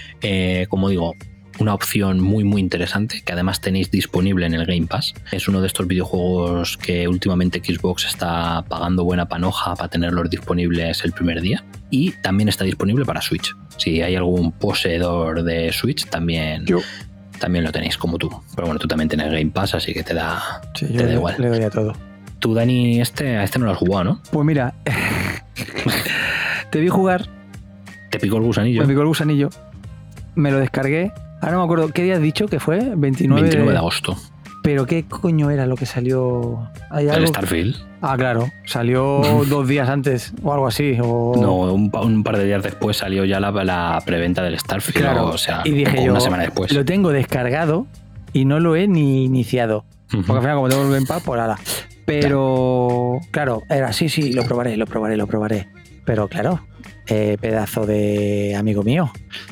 Speaker 5: Eh, como digo, una opción muy muy interesante que además tenéis disponible en el Game Pass. Es uno de estos videojuegos que últimamente Xbox está pagando buena panoja para tenerlos disponibles el primer día, y también está disponible para Switch. Si hay algún poseedor de Switch, también,
Speaker 6: Yo.
Speaker 5: también lo tenéis como tú. Pero bueno, tú también tienes Game Pass, así que te da,
Speaker 6: Sí,
Speaker 5: te
Speaker 6: yo
Speaker 5: da
Speaker 6: le,
Speaker 5: igual.
Speaker 6: le doy a todo.
Speaker 5: Tú, Dani, este, a este no lo has jugado, ¿no?
Speaker 6: Pues mira, te vi jugar,
Speaker 5: Te picó el gusanillo.
Speaker 6: me picó el gusanillo, me lo descargué. Ahora no me acuerdo, ¿qué día has dicho que fue? veintinueve,
Speaker 5: veintinueve de agosto.
Speaker 6: Pero ¿qué coño era lo que salió? ¿Hay
Speaker 5: El
Speaker 6: algo?
Speaker 5: Starfield.
Speaker 6: Ah, claro, salió dos días antes o algo así. O...
Speaker 5: No, un, pa- un par de días después salió ya la, la preventa del Starfield.
Speaker 6: Claro,
Speaker 5: O sea,
Speaker 6: y dije
Speaker 5: o
Speaker 6: yo,
Speaker 5: una semana después.
Speaker 6: lo tengo descargado y no lo he ni iniciado.
Speaker 5: Ujú.
Speaker 6: Porque al final, como tengo el Game Pass, pues nada. Pero, claro, era sí, sí, lo probaré, lo probaré, lo probaré. Pero claro, eh, pedazo de amigo mío.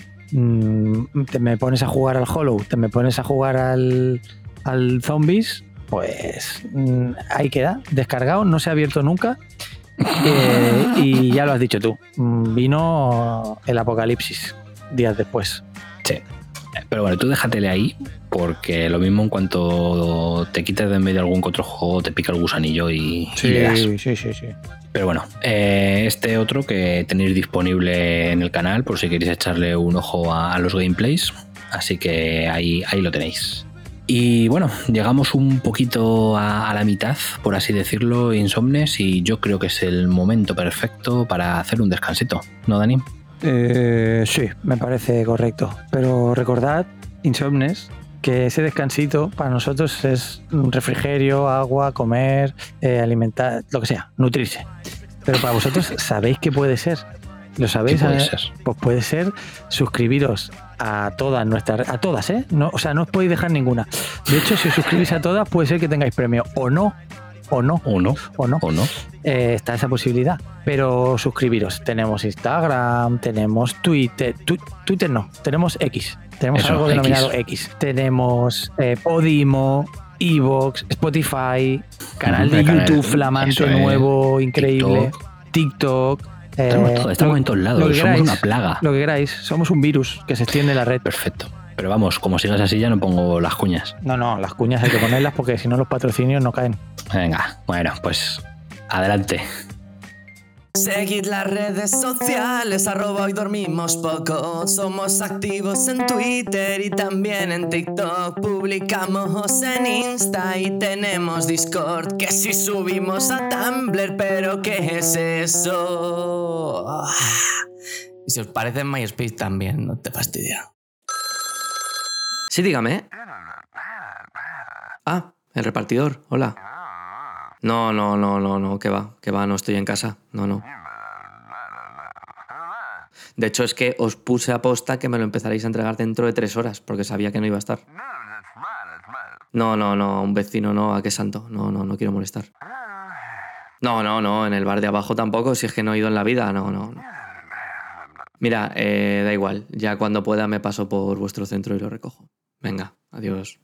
Speaker 6: Mm, te me pones a jugar al Hollow, te me pones a jugar al, al Zombies, pues mm, ahí queda, descargado, no se ha abierto nunca. Eh, y ya lo has dicho tú, mm, vino el apocalipsis días después.
Speaker 5: Sí. Pero bueno, tú déjatele ahí, porque lo mismo en cuanto te quites de en medio algún que otro juego, te pica el gusanillo y,
Speaker 6: Sí,
Speaker 5: y le das.
Speaker 6: sí, sí, sí.
Speaker 5: Pero bueno, eh, este otro que tenéis disponible en el canal por si queréis echarle un ojo a, a los gameplays. Así que ahí, ahí lo tenéis. Y bueno, llegamos un poquito a, a la mitad, por así decirlo, Insomnes, y yo creo que es el momento perfecto para hacer un descansito, ¿no, Dani?
Speaker 6: Eh, sí, me parece correcto. Pero recordad, Insomnes, que ese descansito para nosotros es un refrigerio, agua, comer, eh, alimentar, lo que sea, nutrirse. Pero para vosotros, ¿sabéis qué puede ser? ¿Lo sabéis?
Speaker 5: ¿Qué puede
Speaker 6: Eh,
Speaker 5: ser?
Speaker 6: Pues puede ser suscribiros a todas nuestras, a todas, ¿eh? No, o sea, no os podéis dejar ninguna. De hecho, si os suscribís a todas, puede ser que tengáis premio o no, o no,
Speaker 5: ¿O no?
Speaker 6: o no.
Speaker 5: ¿O no?
Speaker 6: Eh, está esa posibilidad. Pero suscribiros. Tenemos Instagram, tenemos Twitter. Tu, Twitter no, tenemos X. Tenemos
Speaker 5: Eso,
Speaker 6: algo
Speaker 5: X.
Speaker 6: denominado X. Tenemos eh, Podimo, Evox, Spotify, canal
Speaker 5: Ujú,
Speaker 6: de
Speaker 5: el canal,
Speaker 6: YouTube flamante,
Speaker 5: eso es.
Speaker 6: nuevo, increíble.
Speaker 5: TikTok.
Speaker 6: TikTok. eh,
Speaker 5: Estamos, todo- estamos
Speaker 6: lo-
Speaker 5: en todos
Speaker 6: lo
Speaker 5: lados,
Speaker 6: que
Speaker 5: somos
Speaker 6: queráis,
Speaker 5: una plaga.
Speaker 6: Lo que queráis. Somos un virus que se extiende en la red.
Speaker 5: Perfecto. Pero vamos, como sigas así ya no pongo las cuñas.
Speaker 6: No, no, las cuñas hay que ponerlas porque si no los patrocinios no caen.
Speaker 5: Venga, bueno, pues adelante.
Speaker 2: Seguid las redes sociales, arroba hoy dormimos poco. Somos activos en Twitter y también en TikTok. Publicamos en Insta y tenemos Discord. Que si subimos a Tumblr, pero ¿qué es eso? Y si os parece en MySpace también, no te fastidia.
Speaker 7: Sí, dígame. Ah, el repartidor, hola. No, no, no, no, no, que va, que va, no estoy en casa, no, no. De hecho, es que os puse a posta que me lo empezaréis a entregar dentro de tres horas, porque sabía que no iba a estar. No, no, no, un vecino no, ¿a qué santo? No, no, no quiero molestar. No, no, no, en el bar de abajo tampoco, si es que no he ido en la vida, no, no, no. Mira, eh, da igual, ya cuando pueda me paso por vuestro centro y lo recojo. Venga, adiós.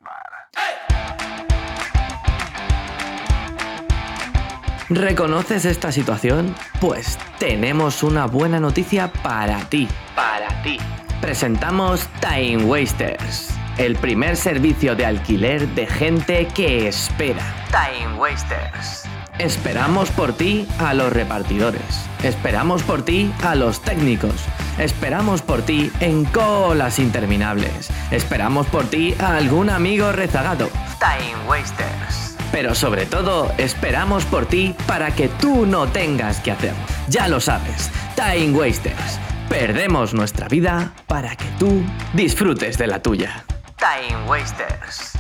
Speaker 7: ¿Reconoces esta situación? Pues tenemos una buena noticia para ti. Para ti. Presentamos Time Wasters, el primer servicio de alquiler de gente que espera. Time Wasters. Esperamos por ti a los repartidores. Esperamos por ti a los técnicos. Esperamos por ti en colas interminables. Esperamos por ti a algún amigo rezagado. Time Wasters. Pero sobre todo, esperamos por ti para que tú no tengas que hacerlo. Ya lo sabes, Time Wasters. Perdemos nuestra vida para que tú disfrutes de la tuya. Time Wasters.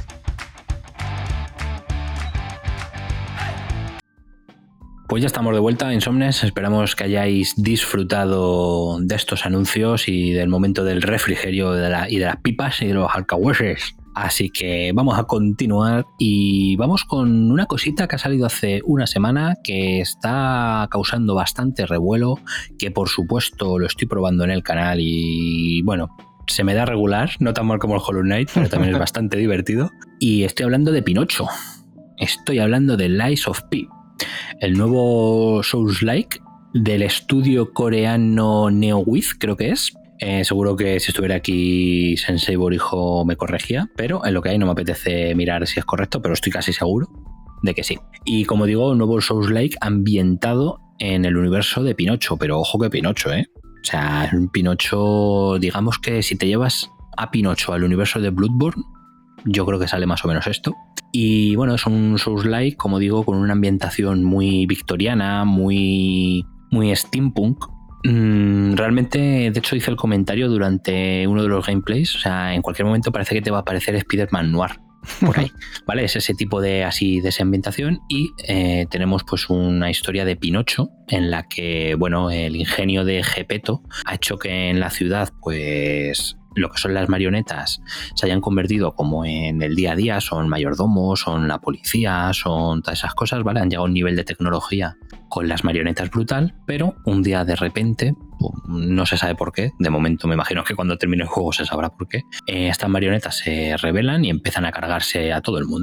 Speaker 5: Pues ya estamos de vuelta, Insomnes. Esperamos que hayáis disfrutado de estos anuncios y del momento del refrigerio de la, y de las pipas y de los alcahueses. Así que vamos a continuar y vamos con una cosita que ha salido hace una semana que está causando bastante revuelo, que por supuesto lo estoy probando en el canal y bueno, se me da regular, no tan mal como el Hollow Knight, pero también es bastante divertido. Y estoy hablando de Pinocho. Estoy hablando de Lies of P, el nuevo Souls-like del estudio coreano NeoWiz, creo que es. Eh, seguro que si estuviera aquí Sensei Borijo me corregía, pero en lo que hay no me apetece mirar si es correcto, pero estoy casi seguro de que sí. Y como digo, un nuevo Souls-like ambientado en el universo de Pinocho, pero ojo que Pinocho, ¿eh? O sea, un Pinocho, digamos que si te llevas a Pinocho al universo de Bloodborne, yo creo que sale más o menos esto. Y bueno, es un Souls-like, como digo, con una ambientación muy victoriana, muy, muy steampunk. Mm, realmente, de hecho, hice el comentario durante uno de los gameplays. O sea, en cualquier momento parece que te va a aparecer Spider-Man Noir por ahí, ¿vale? Es ese tipo de así de esa ambientación. Y eh, tenemos pues una historia de Pinocho en la que, bueno, el ingenio de Geppetto ha hecho que en la ciudad, pues lo que son las marionetas se hayan convertido como en el día a día, son mayordomos, son la policía, son todas esas cosas, ¿vale? Han llegado a un nivel de tecnología con las marionetas brutal, pero un día de repente, no se sabe por qué, de momento me imagino que cuando termine el juego se sabrá por qué, eh, estas marionetas se rebelan y empiezan a cargarse a todo el mundo.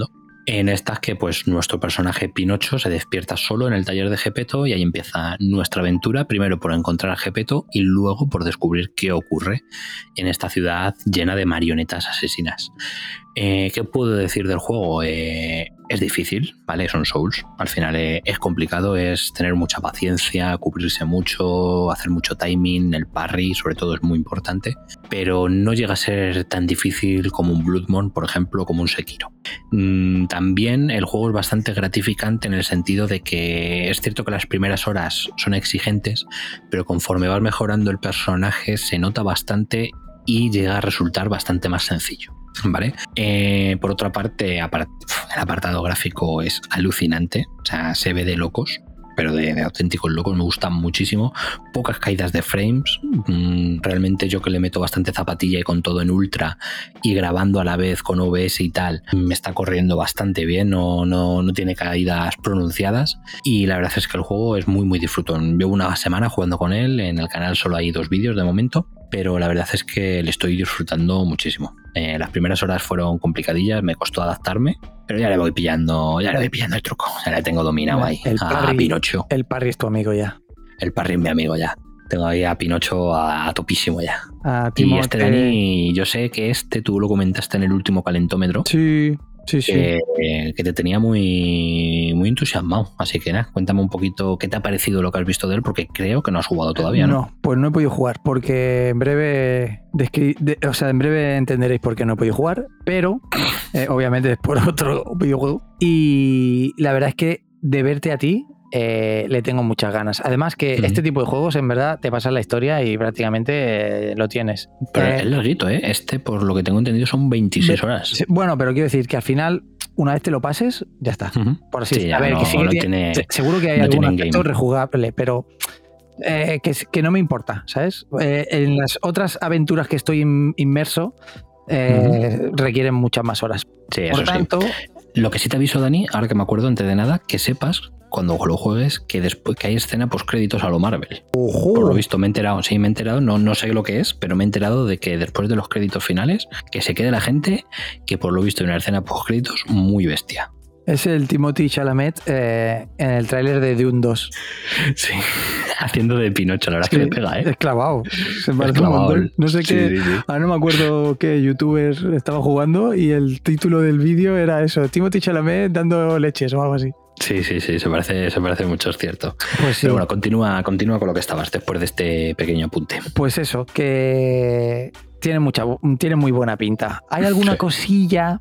Speaker 5: En estas que pues nuestro personaje Pinocho se despierta solo en el taller de Gepetto y ahí empieza nuestra aventura, primero por encontrar a Gepetto y luego por descubrir qué ocurre en esta ciudad llena de marionetas asesinas. Eh, ¿Qué puedo decir del juego? Eh, es difícil, ¿vale? Son Souls. Al final eh, es complicado, es tener mucha paciencia, cubrirse mucho, hacer mucho timing, el parry sobre todo es muy importante, pero no llega a ser tan difícil como un Bloodborne, por ejemplo, como un Sekiro. Mm, también el juego es bastante gratificante en el sentido de que es cierto que las primeras horas son exigentes, pero conforme vas mejorando el personaje se nota bastante y llega a resultar bastante más sencillo. ¿Vale? Eh, por otra parte, apart- el apartado gráfico es alucinante, o sea, se ve de locos, pero de, de auténticos locos, me gustan muchísimo. Pocas caídas de frames, mm, realmente yo que le meto bastante zapatilla y con todo en ultra y grabando a la vez con O B S y tal, me está corriendo bastante bien, no, no, no tiene caídas pronunciadas y la verdad es que el juego es muy muy disfrutón. Llevo una semana jugando con él, en el canal solo hay dos vídeos de momento, pero la verdad es que le estoy disfrutando muchísimo. Eh, las primeras horas fueron complicadillas, me costó adaptarme, pero ya le voy pillando, ya le voy pillando el truco, ya le tengo dominado ahí
Speaker 6: el
Speaker 5: a
Speaker 6: parry,
Speaker 5: Pinocho.
Speaker 6: El parry es tu amigo ya.
Speaker 5: El parry es mi amigo ya. Tengo ahí a Pinocho a, a topísimo ya.
Speaker 6: A
Speaker 5: y
Speaker 6: Timo,
Speaker 5: este
Speaker 6: eh,
Speaker 5: Dani, yo sé que este tú lo comentaste en el último calentómetro.
Speaker 6: Sí, sí, sí.
Speaker 5: Que, que te tenía muy, muy entusiasmado. Así que nada, cuéntame un poquito qué te ha parecido lo que has visto de él, porque creo que no has jugado todavía, ¿no?
Speaker 6: No, pues no he podido jugar, porque en breve, descri- de- o sea, en breve entenderéis por qué no he podido jugar, pero eh, obviamente es por otro videojuego. Y la verdad es que de verte a ti, eh, le tengo muchas ganas. Además que
Speaker 5: Ujú.
Speaker 6: este tipo de juegos en verdad te pasan la historia y prácticamente eh, lo tienes.
Speaker 5: Pero
Speaker 6: Eh,
Speaker 5: es larguito, ¿eh? Este, por lo que tengo entendido, son veintiséis
Speaker 6: Ve-
Speaker 5: horas.
Speaker 6: sí, bueno, pero quiero decir que al final, una vez te lo pases, ya está.
Speaker 5: Ujú.
Speaker 6: Por así
Speaker 5: Sí,
Speaker 6: decirlo.
Speaker 5: ya
Speaker 6: A ver,
Speaker 5: no-
Speaker 6: que sí que
Speaker 5: no
Speaker 6: tiene-
Speaker 5: tiene-
Speaker 6: se- seguro que hay
Speaker 5: no
Speaker 6: algún
Speaker 5: tiene
Speaker 6: aspecto
Speaker 5: endgame.
Speaker 6: rejugable, pero eh, que, que no me importa, ¿sabes? Eh, en las otras aventuras que estoy in- inmerso eh, requieren muchas más horas.
Speaker 5: Sí, eso
Speaker 6: Por
Speaker 5: sí.
Speaker 6: tanto,
Speaker 5: Lo que sí te aviso, Dani, ahora que me acuerdo antes de nada, que sepas cuando lo juegues que después que hay escena post créditos a lo Marvel. Por lo visto me he enterado, sí me he enterado, no, no sé lo que es, pero me he enterado de que después de los créditos finales, que se quede la gente, que por lo visto hay una escena post créditos muy bestia.
Speaker 6: es el Timothy Chalamet eh, en el tráiler de Dune dos.
Speaker 5: Sí, haciendo de Pinocho, la verdad es que le pega, ¿eh?
Speaker 6: Es clavado. Se parece un
Speaker 5: clavado,
Speaker 6: montón.
Speaker 5: el-
Speaker 6: No sé
Speaker 5: sí,
Speaker 6: qué.
Speaker 5: sí, sí.
Speaker 6: Ahora no me acuerdo qué youtuber estaba jugando y el título del vídeo era eso: Timothy Chalamet dando leches o algo así.
Speaker 5: Sí, sí, sí, se parece, se parece mucho, es cierto.
Speaker 6: Pues sí.
Speaker 5: Pero bueno, continúa, continúa con lo que estabas después de este pequeño apunte.
Speaker 6: Pues eso, que tiene mucha, tiene muy buena pinta. Hay alguna
Speaker 5: Sí.
Speaker 6: cosilla.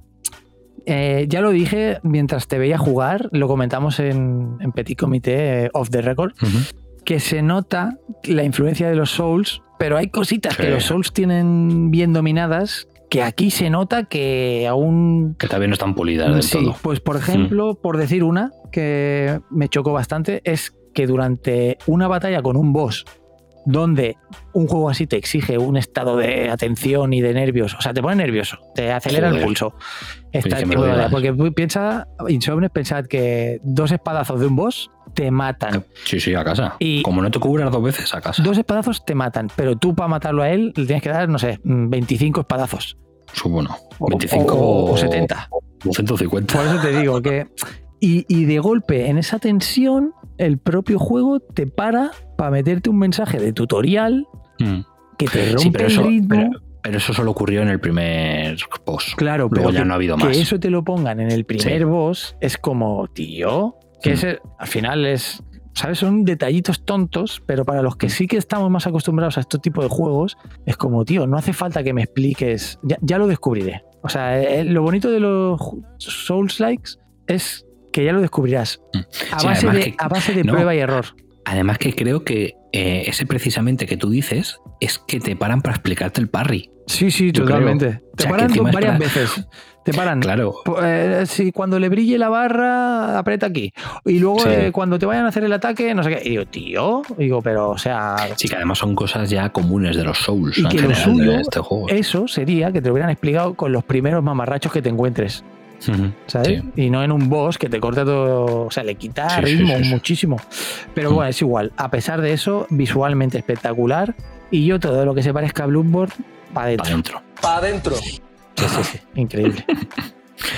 Speaker 6: Eh, ya lo dije mientras te veía jugar, lo comentamos en, en Petit Comité eh, Off the Record,
Speaker 5: Ujú.
Speaker 6: que se nota la influencia de los Souls, pero hay cositas
Speaker 5: Sí.
Speaker 6: que los Souls tienen bien dominadas, que aquí se nota que aún...
Speaker 5: Que también no están pulidas del
Speaker 6: Sí,
Speaker 5: todo.
Speaker 6: pues por ejemplo, por decir una que me chocó bastante, es que durante una batalla con un boss, donde un juego así te exige un estado de atención y de nervios, o sea, te pone nervioso, te acelera
Speaker 5: Joder.
Speaker 6: el pulso. Esta
Speaker 5: que me
Speaker 6: tipo de
Speaker 5: lo
Speaker 6: batalla,
Speaker 5: digas.
Speaker 6: porque piensa, Insomnes, pensad que dos espadazos de un boss te matan.
Speaker 5: Sí, sí, a casa.
Speaker 6: Y-
Speaker 5: Como no te cubras dos veces, a casa.
Speaker 6: Dos espadazos te matan, pero tú para matarlo a él le tienes que dar, no sé, veinticinco espadazos.
Speaker 5: Su, bueno,
Speaker 6: O-
Speaker 5: veinticinco
Speaker 6: o- o setenta.
Speaker 5: O ciento cincuenta.
Speaker 6: Por eso te digo que... Y, y de golpe, en esa tensión, el propio juego te para para meterte un mensaje de tutorial
Speaker 5: Mm.
Speaker 6: que te rompe
Speaker 5: Sí, pero
Speaker 6: el
Speaker 5: eso,
Speaker 6: ritmo.
Speaker 5: pero, pero eso solo ocurrió en el primer boss.
Speaker 6: Claro,
Speaker 5: Luego
Speaker 6: pero
Speaker 5: ya
Speaker 6: que,
Speaker 5: no ha habido
Speaker 6: que
Speaker 5: más.
Speaker 6: eso te lo pongan en el primer
Speaker 5: Sí.
Speaker 6: boss es como, tío, que
Speaker 5: Mm.
Speaker 6: ese, al final es, ¿sabes? Son detallitos tontos, pero para los
Speaker 5: Mm.
Speaker 6: que sí que estamos más acostumbrados a este tipo de juegos, es como, tío, no hace falta que me expliques, ya, ya lo descubriré. O sea, eh, lo bonito de los Souls-likes es que ya lo descubrirás
Speaker 5: Mm.
Speaker 6: a
Speaker 5: Sí,
Speaker 6: base
Speaker 5: además
Speaker 6: de,
Speaker 5: que-
Speaker 6: a base de
Speaker 5: no.
Speaker 6: prueba y error.
Speaker 5: Además que creo que eh, ese precisamente que tú dices es que te paran para explicarte el parry.
Speaker 6: Sí, sí,
Speaker 5: Yo
Speaker 6: totalmente.
Speaker 5: creo. O
Speaker 6: Te
Speaker 5: sea, que
Speaker 6: paran
Speaker 5: encima es
Speaker 6: varias
Speaker 5: para-
Speaker 6: veces. Te paran.
Speaker 5: Claro.
Speaker 6: Po- eh, si cuando le brille la barra, aprieta aquí. Y luego
Speaker 5: Sí.
Speaker 6: eh, cuando te vayan a hacer el ataque, no sé qué. Y digo, tío, digo, pero, o sea,
Speaker 5: Sí, que además son cosas ya comunes de los Souls
Speaker 6: Y
Speaker 5: en
Speaker 6: que lo
Speaker 5: general
Speaker 6: suyo
Speaker 5: de este juego.
Speaker 6: eso sería que te lo hubieran explicado con los primeros mamarrachos que te encuentres,
Speaker 5: Ujú.
Speaker 6: ¿sabes?
Speaker 5: Sí.
Speaker 6: Y no en un boss que te corta todo, o sea, le quita
Speaker 5: Sí, sí,
Speaker 6: ritmo
Speaker 5: sí, sí.
Speaker 6: muchísimo. Pero
Speaker 5: Mm.
Speaker 6: bueno, es igual. A pesar de eso, visualmente espectacular. Y yo todo lo que se parezca a Bloodborne, para
Speaker 5: Para
Speaker 6: adentro.
Speaker 5: adentro.
Speaker 6: Sí, sí, sí. Increíble.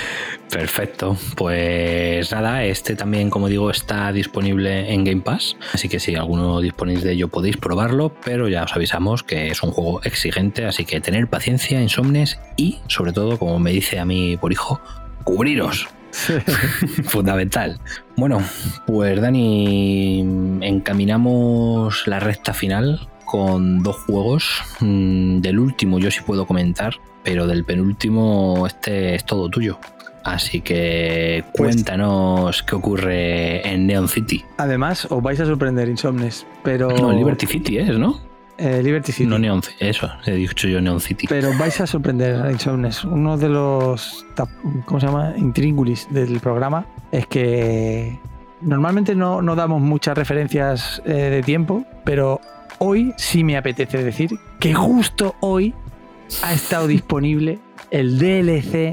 Speaker 5: Perfecto, pues nada, este también, como digo, está disponible en Game Pass, así que si alguno disponéis de ello podéis probarlo, pero ya os avisamos que es un juego exigente, así que tener paciencia, insomnes y, sobre todo, como me dice a mí por hijo, cubriros. Fundamental. Bueno, pues Dani, encaminamos la recta final con dos juegos. Del último yo sí puedo comentar, pero del penúltimo este es todo tuyo. Así que cuéntanos qué ocurre en Neon City.
Speaker 6: Además, os vais a sorprender, Insomnes, pero...
Speaker 5: No, Liberty City es, ¿no?
Speaker 6: Eh, Liberty City.
Speaker 5: No Neon, eso, he dicho yo Neon City.
Speaker 6: Pero vais a sorprender, Insomnes. Uno de los, ¿cómo se llama? Intríngulis del programa es que normalmente no, no damos muchas referencias eh, de tiempo, pero hoy sí me apetece decir que justo hoy ha estado disponible el D L C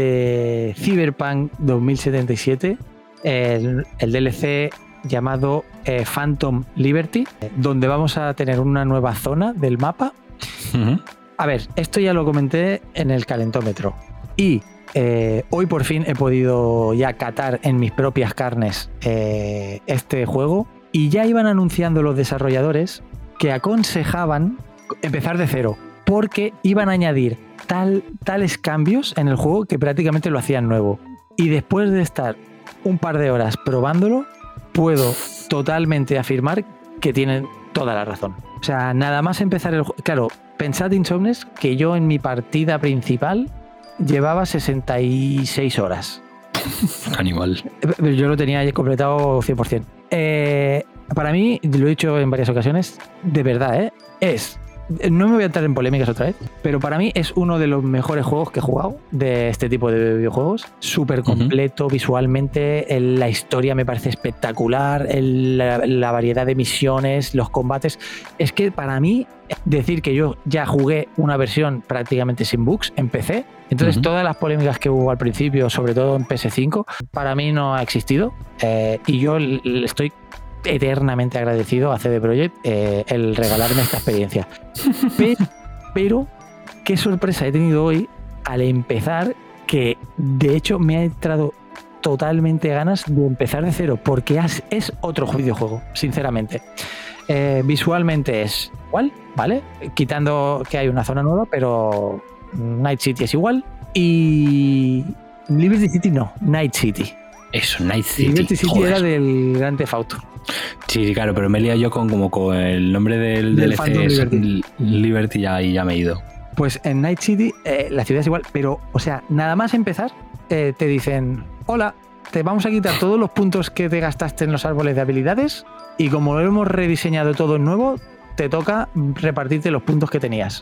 Speaker 6: de Cyberpunk dos mil setenta y siete, el, el D L C llamado eh, Phantom Liberty, donde vamos a tener una nueva zona del mapa. Uh-huh. A ver, esto ya lo comenté en el calentómetro y eh, hoy por fin he podido ya catar en mis propias carnes eh, este juego, y ya iban anunciando los desarrolladores que aconsejaban empezar de cero porque iban a añadir tal, tales cambios en el juego que prácticamente lo hacían nuevo. Y después de estar un par de horas probándolo, puedo totalmente afirmar que tienen toda la razón. O sea, nada más empezar el juego... Claro, pensad, Insomnes, que yo en mi partida principal llevaba sesenta y seis horas.
Speaker 5: Animal.
Speaker 6: Yo lo tenía ya completado cien por ciento. Eh, para mí, lo he dicho en varias ocasiones, de verdad, ¿eh? Es... No me voy a entrar en polémicas otra vez, pero para mí es uno de los mejores juegos que he jugado de este tipo de videojuegos. Súper completo, uh-huh. Visualmente, el, la historia me parece espectacular, el, la, la variedad de misiones, los combates. Es que para mí, decir que yo ya jugué una versión prácticamente sin bugs en P C, entonces uh-huh. todas las polémicas que hubo al principio, sobre todo en P S cinco, para mí no ha existido, eh, y yo le estoy eternamente agradecido a C D Projekt eh, el regalarme esta experiencia. Pero, pero qué sorpresa he tenido hoy al empezar, que de hecho me ha entrado totalmente ganas de empezar de cero, porque es otro videojuego, sinceramente. Eh, visualmente es igual, ¿vale? Quitando que hay una zona nueva, pero Night City es igual, y Liberty City no, Night City.
Speaker 5: Eso, Night City.
Speaker 6: Liberty City
Speaker 5: Joder.
Speaker 6: Era del Grand Theft Auto.
Speaker 5: Sí, claro, pero me he liado yo con como con el nombre del, del D L C es Liberty, Liberty ya, y ya me he ido.
Speaker 6: Pues en Night City eh, la ciudad es igual, pero, o sea, nada más empezar, eh, te dicen, hola, te vamos a quitar todos los puntos que te gastaste en los árboles de habilidades, y como lo hemos rediseñado todo en nuevo, te toca repartirte los puntos que tenías.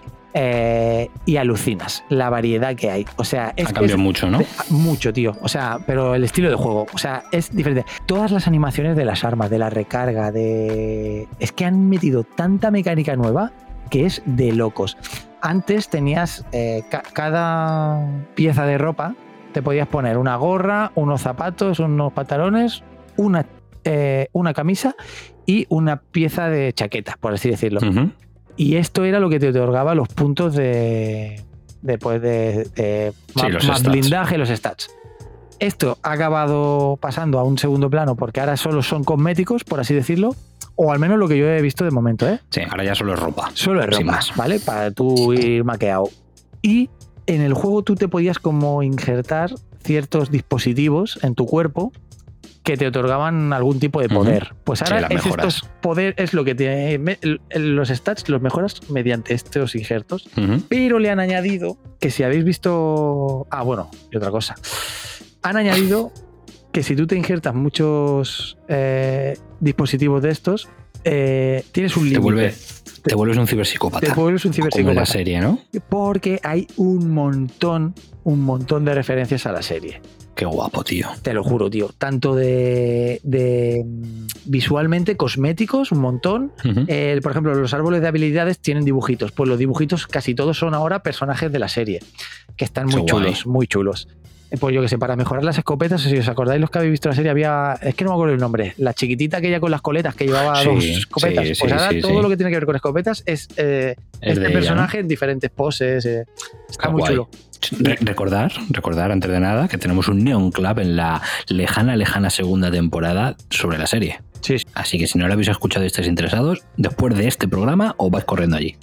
Speaker 6: Eh, y alucinas la variedad que hay. O sea, es,
Speaker 5: ha cambiado
Speaker 6: es,
Speaker 5: mucho, ¿no?
Speaker 6: Mucho, tío. O sea, pero el estilo de juego, o sea, es diferente. Todas las animaciones de las armas, de la recarga, de... Es que han metido tanta mecánica nueva que es de locos. Antes tenías eh, ca- cada pieza de ropa, te podías poner una gorra, unos zapatos, unos pantalones, una, eh, una camisa y una pieza de chaqueta, por así decirlo. Uh-huh. Y esto era lo que te otorgaba los puntos de, de, pues de, de
Speaker 5: sí,
Speaker 6: más,
Speaker 5: los
Speaker 6: más
Speaker 5: stats.
Speaker 6: blindaje, los stats. Esto ha acabado pasando a un segundo plano porque ahora solo son cosméticos, por así decirlo, o al menos lo que yo he visto de momento, ¿eh?
Speaker 5: Sí, ahora ya solo es ropa.
Speaker 6: Solo es ropa, ¿vale? Para tú ir maqueado. Y en el juego tú te podías como injertar ciertos dispositivos en tu cuerpo que te otorgaban algún tipo de poder. Uh-huh. Pues ahora sí, es estos poder es lo que tiene me, los stats los mejoras mediante estos injertos, uh-huh. Pero le han añadido que si habéis visto, ah bueno, y otra cosa, han añadido que si tú te injertas muchos eh, dispositivos de estos, eh, tienes un límite.
Speaker 5: Te, vuelve, te, te vuelves un ciberpsicópata.
Speaker 6: Te vuelves un ciberpsicópata.
Speaker 5: Como en la serie, ¿no?
Speaker 6: Porque hay un montón, un montón de referencias a la serie.
Speaker 5: Qué guapo, tío.
Speaker 6: Te lo juro, tío. Tanto de, de visualmente, cosméticos, un montón. Uh-huh. Eh, por ejemplo, los árboles de habilidades tienen dibujitos. Pues los dibujitos casi todos son ahora personajes de la serie, que están muy Qué chulos, guay. muy chulos. pues yo que sé, para mejorar las escopetas, si os acordáis los que habéis visto la serie, había, es que no me acuerdo el nombre, la chiquitita aquella con las coletas que llevaba
Speaker 5: Sí,
Speaker 6: dos escopetas.
Speaker 5: sí,
Speaker 6: pues
Speaker 5: sí,
Speaker 6: ahora
Speaker 5: sí,
Speaker 6: todo
Speaker 5: sí.
Speaker 6: lo que tiene que ver con escopetas es eh,
Speaker 5: Es de
Speaker 6: este
Speaker 5: ella,
Speaker 6: personaje en diferentes poses. eh, está
Speaker 5: Qué
Speaker 6: muy
Speaker 5: guay.
Speaker 6: chulo.
Speaker 5: Re- recordar, recordar antes de nada que tenemos un Neon Club en la lejana, lejana segunda temporada sobre la serie.
Speaker 6: Sí, sí.
Speaker 5: Así que si no lo habéis escuchado y estáis interesados, después de este programa os vais corriendo allí.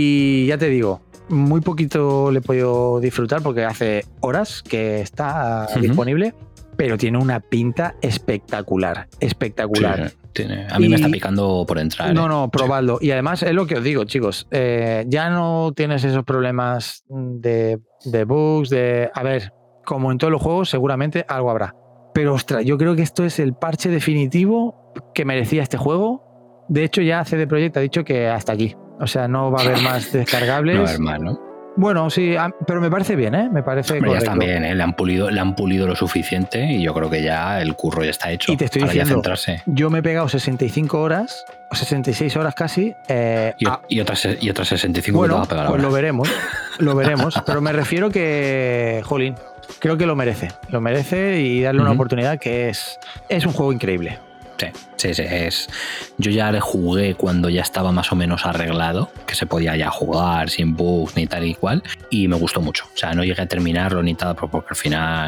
Speaker 6: Y ya te digo, muy poquito le he podido disfrutar porque hace horas que está
Speaker 5: Ujú.
Speaker 6: disponible, pero tiene una pinta espectacular, espectacular.
Speaker 5: Sí, tiene- a mí me
Speaker 6: Y-
Speaker 5: está picando por entrar.
Speaker 6: No,
Speaker 5: ¿eh?
Speaker 6: no, probadlo. Y además es lo que os digo, chicos. eh, ya no tienes esos problemas de, de bugs, de... A ver, como en todos los juegos, seguramente algo habrá. Pero ostras, yo creo que esto es el parche definitivo que merecía este juego. De hecho, ya C D Projekt ha dicho que hasta aquí. O sea, no va a haber más descargables.
Speaker 5: No, hermano.
Speaker 6: Bueno, sí, a- pero me parece bien, ¿eh? Me parece
Speaker 5: Hombre, ya
Speaker 6: correcto.
Speaker 5: están bien, ¿eh? le, han pulido, le han pulido lo suficiente y yo creo que ya el curro ya está hecho.
Speaker 6: Y te estoy
Speaker 5: Ahora ya
Speaker 6: diciendo,
Speaker 5: centrarse.
Speaker 6: yo me he pegado sesenta y cinco horas, o sesenta y seis horas casi. eh,
Speaker 5: Y,
Speaker 6: a-
Speaker 5: y otras, y otras sesenta y cinco que te
Speaker 6: Bueno,
Speaker 5: vas a pegar
Speaker 6: pues
Speaker 5: ahora.
Speaker 6: lo veremos, lo veremos, pero me refiero que, jolín, creo que lo merece, lo merece y darle una
Speaker 5: Ujú.
Speaker 6: oportunidad que es, es un juego increíble.
Speaker 5: Sí, sí, sí, es. Yo ya le jugué cuando ya estaba más o menos arreglado, que se podía ya jugar sin bugs ni tal y cual, y me gustó mucho. O sea, no llegué a terminarlo ni tal, porque al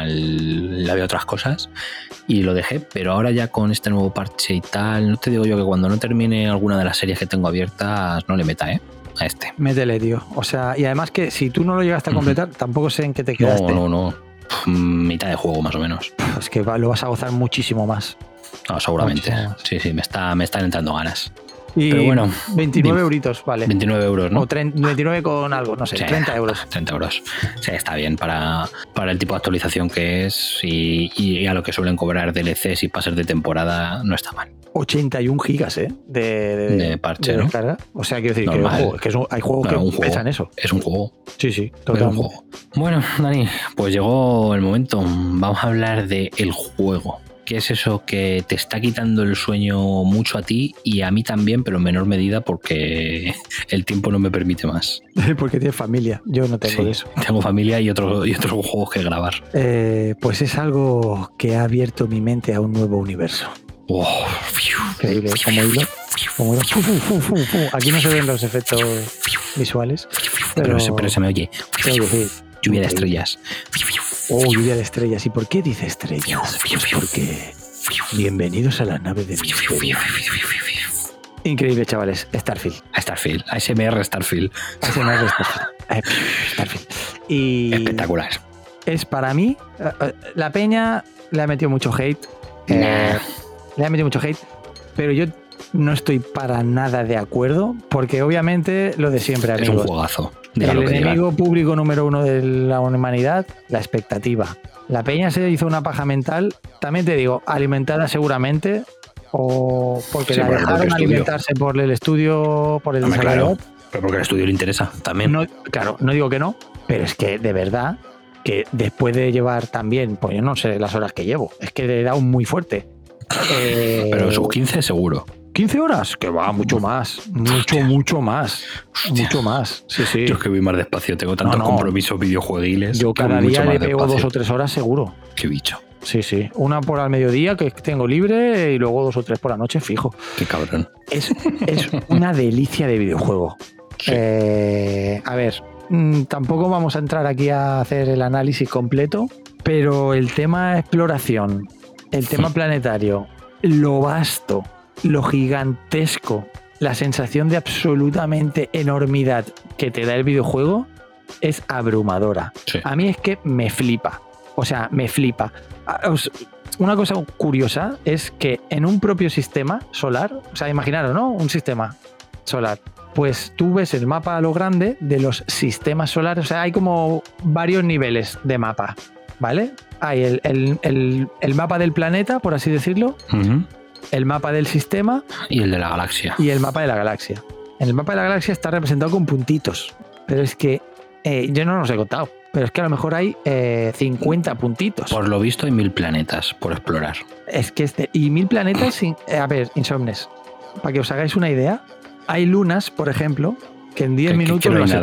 Speaker 5: final había otras cosas y lo dejé, pero ahora ya con este nuevo parche y tal, no te digo yo que cuando no termine alguna de las series que tengo abiertas, no le meta, ¿eh? A este.
Speaker 6: Métele, tío. O sea, y además que si tú no lo llegaste a completar, tampoco sé en qué te quedaste.
Speaker 5: No, no, no. Pff, mitad de juego más o menos.
Speaker 6: Es que va- lo vas a gozar muchísimo más.
Speaker 5: No, seguramente.
Speaker 6: Muchísimo.
Speaker 5: Sí, sí, me, está, me están entrando ganas.
Speaker 6: Y
Speaker 5: Pero bueno,
Speaker 6: veintinueve
Speaker 5: dime.
Speaker 6: euritos, vale.
Speaker 5: veintinueve euros, ¿no?
Speaker 6: O trein- veintinueve con algo, no sé,
Speaker 5: Sí.
Speaker 6: treinta euros.
Speaker 5: treinta euros. Sí, está bien para, para el tipo de actualización que es y, y a lo que suelen cobrar D L Cs y pases de temporada, no está mal.
Speaker 6: ochenta y un gigas, ¿eh? De, de,
Speaker 5: De parche,
Speaker 6: de
Speaker 5: ¿no?
Speaker 6: descarga. O sea, quiero decir que,
Speaker 5: Normal.
Speaker 6: ojo, es que es un- hay juegos
Speaker 5: Bueno,
Speaker 6: que
Speaker 5: un juego.
Speaker 6: pesan eso.
Speaker 5: Es un juego.
Speaker 6: Sí, sí,
Speaker 5: Es un
Speaker 6: totalmente.
Speaker 5: juego. Bueno, Dani, pues llegó el momento. Vamos a hablar de el juego. ¿Qué es eso que te está quitando el sueño mucho a ti y a mí también, pero en menor medida porque el tiempo no me permite más?
Speaker 6: Porque tienes familia. Yo no tengo
Speaker 5: Sí,
Speaker 6: de eso.
Speaker 5: tengo familia y, otro, y otros juegos que grabar.
Speaker 6: Eh, pues es algo que ha abierto mi mente a un nuevo universo.
Speaker 5: Oh,
Speaker 6: Increíble, ¿eh? Como hilo. Como hilo. Fu, fu, fu, fu, fu. Aquí no se ven los efectos visuales. Pero,
Speaker 5: pero, se, pero se me oye.
Speaker 6: se oye, sí.
Speaker 5: Lluvia de
Speaker 6: Increíble.
Speaker 5: estrellas.
Speaker 6: Oh, lluvia de estrellas. ¿Y por qué dice estrellas? Pues porque bienvenidos a la nave de misterio. Increíble, chavales. Starfield.
Speaker 5: A Starfield. A S M R Starfield.
Speaker 6: Ese no es de Starfield. Eh, Starfield. Y
Speaker 5: Espectacular.
Speaker 6: es para mí. eh, eh, La peña le ha metido mucho hate. eh,
Speaker 5: Nah.
Speaker 6: Le ha metido mucho hate. Pero yo no estoy para nada de acuerdo. Porque obviamente lo de siempre,
Speaker 5: Es un
Speaker 6: amigos.
Speaker 5: juegazo. Diga
Speaker 6: El
Speaker 5: lo que diga.
Speaker 6: enemigo público número uno de la humanidad, la expectativa. La peña se hizo una paja mental, también te digo, alimentada seguramente, o porque
Speaker 5: Sí,
Speaker 6: la
Speaker 5: por el
Speaker 6: dejaron
Speaker 5: propio estudio.
Speaker 6: alimentarse por el estudio, por el
Speaker 5: Hombre,
Speaker 6: desarrollador.
Speaker 5: claro. Pero porque al estudio le interesa también.
Speaker 6: No, claro, no digo que no, pero es que de verdad que después de llevar también, pues yo no sé las horas que llevo, es que le he dado muy fuerte. Eh,
Speaker 5: Pero sus quince seguro.
Speaker 6: quince horas, que va mucho más, mucho,
Speaker 5: Hostia.
Speaker 6: mucho más,
Speaker 5: Hostia.
Speaker 6: mucho más. Sí, sí.
Speaker 5: Yo es que voy más despacio. Tengo tantos
Speaker 6: No, no.
Speaker 5: compromisos videojueguiles.
Speaker 6: Yo
Speaker 5: que voy
Speaker 6: cada
Speaker 5: mucho
Speaker 6: día
Speaker 5: más
Speaker 6: le pego
Speaker 5: despacio.
Speaker 6: dos o tres horas seguro.
Speaker 5: Qué bicho.
Speaker 6: Sí, sí. Una por al mediodía que tengo libre y luego dos o tres por la noche fijo.
Speaker 5: Qué cabrón.
Speaker 6: Es, es una delicia de videojuego.
Speaker 5: Sí.
Speaker 6: Eh, a ver, mm, tampoco vamos a entrar aquí a hacer el análisis completo, pero el tema exploración, el tema planetario, lo vasto, lo gigantesco, la sensación de absolutamente enormidad que te da el videojuego es abrumadora.
Speaker 5: Sí.
Speaker 6: A mí es que me flipa. O sea, me flipa. Ah, os- Una cosa curiosa es que en un propio sistema solar, o sea, imaginaros, ¿no? Un sistema solar. Pues tú ves el mapa a lo grande de los sistemas solares. O sea, hay como varios niveles de mapa, ¿vale? Hay el, el- el- el mapa del planeta, por así decirlo,
Speaker 5: Ujú.
Speaker 6: el mapa del sistema
Speaker 5: Y el de la galaxia.
Speaker 6: y el mapa de la galaxia. En el mapa de la galaxia está representado con puntitos. Pero es que eh, yo no los he contado. Pero es que a lo mejor hay eh, cincuenta puntitos.
Speaker 5: Por lo visto hay mil planetas por explorar.
Speaker 6: Es que este. Y mil planetas sin. eh, a ver, Insomnes. Para que os hagáis una idea, hay lunas, por ejemplo, que en diez
Speaker 5: Que- que-
Speaker 6: minutos
Speaker 5: que no hay
Speaker 6: las,
Speaker 5: nada.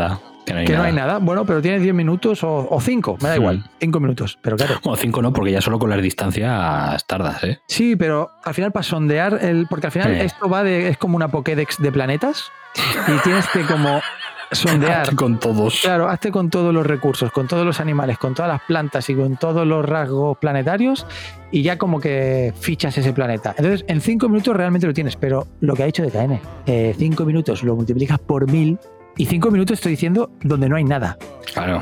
Speaker 5: Que no hay,
Speaker 6: que
Speaker 5: nada.
Speaker 6: no hay nada. Bueno, pero tienes diez minutos o cinco, me da
Speaker 5: Hmm.
Speaker 6: igual, cinco minutos, pero claro.
Speaker 5: O cinco no, porque ya solo con las distancias tardas, ¿eh?
Speaker 6: Sí, pero al final para sondear, el, porque al final
Speaker 5: Eh.
Speaker 6: esto va de, es como una Pokédex de planetas y tienes que como sondear.
Speaker 5: Con todos.
Speaker 6: Claro, hazte con todos los recursos, con todos los animales, con todas las plantas y con todos los rasgos planetarios y ya como que fichas ese planeta. Entonces, en cinco minutos realmente lo tienes, pero lo que ha dicho D K N, eh, cinco minutos lo multiplicas por mil y cinco minutos estoy diciendo donde no hay nada.
Speaker 5: Claro.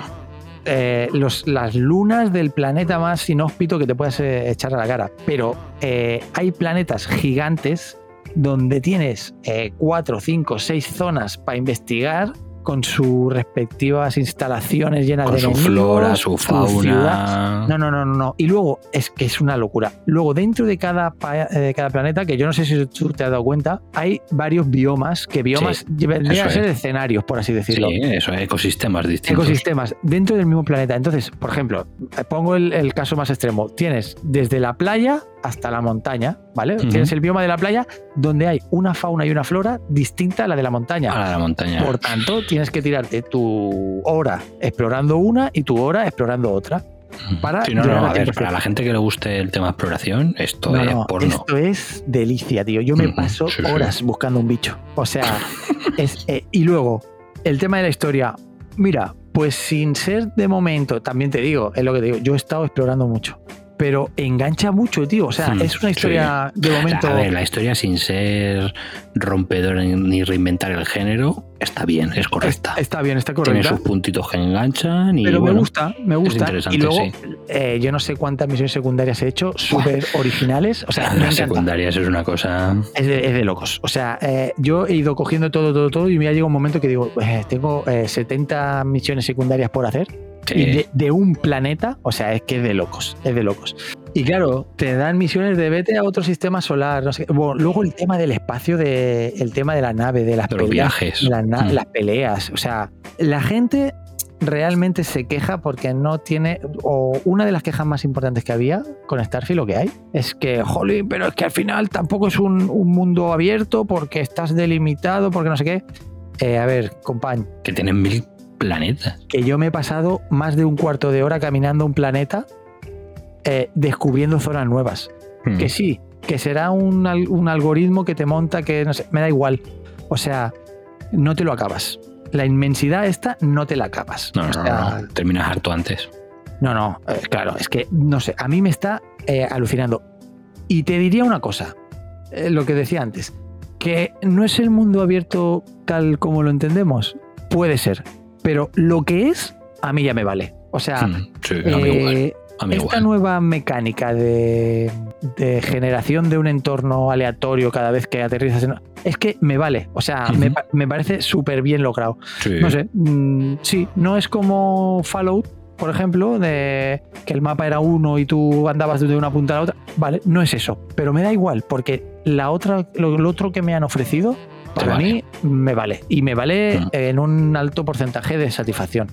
Speaker 6: Eh, los, las lunas del planeta más inhóspito que te puedas eh, echar a la cara. Pero eh, hay planetas gigantes donde tienes eh, cuatro, cinco, seis zonas para investigar con sus respectivas instalaciones llenas
Speaker 5: Con
Speaker 6: de
Speaker 5: su
Speaker 6: enemigos,
Speaker 5: flora, su
Speaker 6: ciudad.
Speaker 5: fauna.
Speaker 6: No, no, no, no, no. Y luego es que es una locura. Luego, dentro de cada, pa- eh, cada planeta, que yo no sé si tú te has dado cuenta, hay varios biomas, que biomas
Speaker 5: Sí,
Speaker 6: vendrían a
Speaker 5: eso
Speaker 6: ser
Speaker 5: es.
Speaker 6: escenarios, por así decirlo.
Speaker 5: Sí, eso, ecosistemas distintos.
Speaker 6: Ecosistemas dentro del mismo planeta. Entonces, por ejemplo, pongo el, el caso más extremo. Tienes desde la playa hasta la montaña, ¿vale?
Speaker 5: Ujú.
Speaker 6: Tienes el bioma de la playa donde hay una fauna y una flora distinta a la de la montaña.
Speaker 5: A la montaña.
Speaker 6: Por tanto, tienes que tirarte tu hora explorando una y tu hora explorando otra. Para
Speaker 5: Sí, no,
Speaker 6: llegar
Speaker 5: no,
Speaker 6: a
Speaker 5: a ver,
Speaker 6: tiempo
Speaker 5: para la gente que le guste el tema exploración, esto
Speaker 6: No,
Speaker 5: es
Speaker 6: no,
Speaker 5: porno.
Speaker 6: esto es delicia, tío. Yo me
Speaker 5: Mm,
Speaker 6: paso
Speaker 5: sí, sí.
Speaker 6: horas buscando un bicho. O sea, es, eh, y luego, el tema de la historia. Mira, pues sin ser de momento, también te digo, es lo que te digo, yo he estado explorando mucho. Pero engancha mucho, tío. O sea,
Speaker 5: Hmm,
Speaker 6: es una historia de momento.
Speaker 5: A ver, la historia sin ser rompedora ni- ni reinventar el género, está bien, es correcta.
Speaker 6: es- está bien, está
Speaker 5: Tiene
Speaker 6: correcta.
Speaker 5: sus puntitos que enganchan y
Speaker 6: Pero
Speaker 5: bueno,
Speaker 6: me gusta, me gusta.
Speaker 5: interesante,
Speaker 6: Y luego,
Speaker 5: sí.
Speaker 6: eh, yo no sé cuántas misiones secundarias he hecho, súper originales. O sea, me
Speaker 5: las
Speaker 6: encanta.
Speaker 5: secundarias es una cosa...
Speaker 6: Es de, es de locos. O sea, eh, yo he ido cogiendo todo, todo, todo y me ha llegado un momento que digo, eh, tengo eh, setenta misiones secundarias por hacer
Speaker 5: Sí.
Speaker 6: y de, de un planeta, o sea, es que es de locos, es de locos. Y claro, te dan misiones de vete a otro sistema solar, no sé qué. Bueno, luego el tema del espacio, de, el tema de la nave, de las
Speaker 5: De los
Speaker 6: peleas,
Speaker 5: viajes.
Speaker 6: de las, na-
Speaker 5: Mm.
Speaker 6: las peleas. O sea, la gente realmente se queja porque no tiene, o una de las quejas más importantes que había con Starfield, lo que hay, es que, jolín, pero es que al final tampoco es un, un mundo abierto porque estás delimitado, porque no sé qué. Eh, a ver, compañ,
Speaker 5: Que tienen mil planetas.
Speaker 6: que yo me he pasado más de un cuarto de hora caminando un planeta eh, descubriendo zonas nuevas.
Speaker 5: Mm.
Speaker 6: Que sí, que será un, al- un algoritmo que te monta, que no sé, me da igual. O sea, no te lo acabas. La inmensidad esta no te la acabas.
Speaker 5: No,
Speaker 6: O
Speaker 5: no,
Speaker 6: sea,
Speaker 5: no, terminas harto antes.
Speaker 6: no, no, eh, claro, es que, no sé, a mí me está eh, alucinando. Y te diría una cosa, eh, lo que decía antes, que no es el mundo abierto tal como lo entendemos. Puede ser, pero lo que es, a mí ya me vale. O sea,
Speaker 5: Mm, sí, a mí
Speaker 6: eh,
Speaker 5: igual. A mí
Speaker 6: esta
Speaker 5: igual.
Speaker 6: nueva mecánica de, de generación de un entorno aleatorio cada vez que aterrizas en... Es que me vale, o sea,
Speaker 5: Ujú.
Speaker 6: me, pa- me parece súper bien logrado.
Speaker 5: Sí.
Speaker 6: No sé, mm, sí, no es como Fallout, por ejemplo, de que el mapa era uno y tú andabas de una punta a la otra. Vale, no es eso, pero me da igual, porque la otra, lo, lo otro que me han ofrecido, para
Speaker 5: vale.
Speaker 6: mí, me vale. Y me vale
Speaker 5: Mm.
Speaker 6: en un alto porcentaje de satisfacción.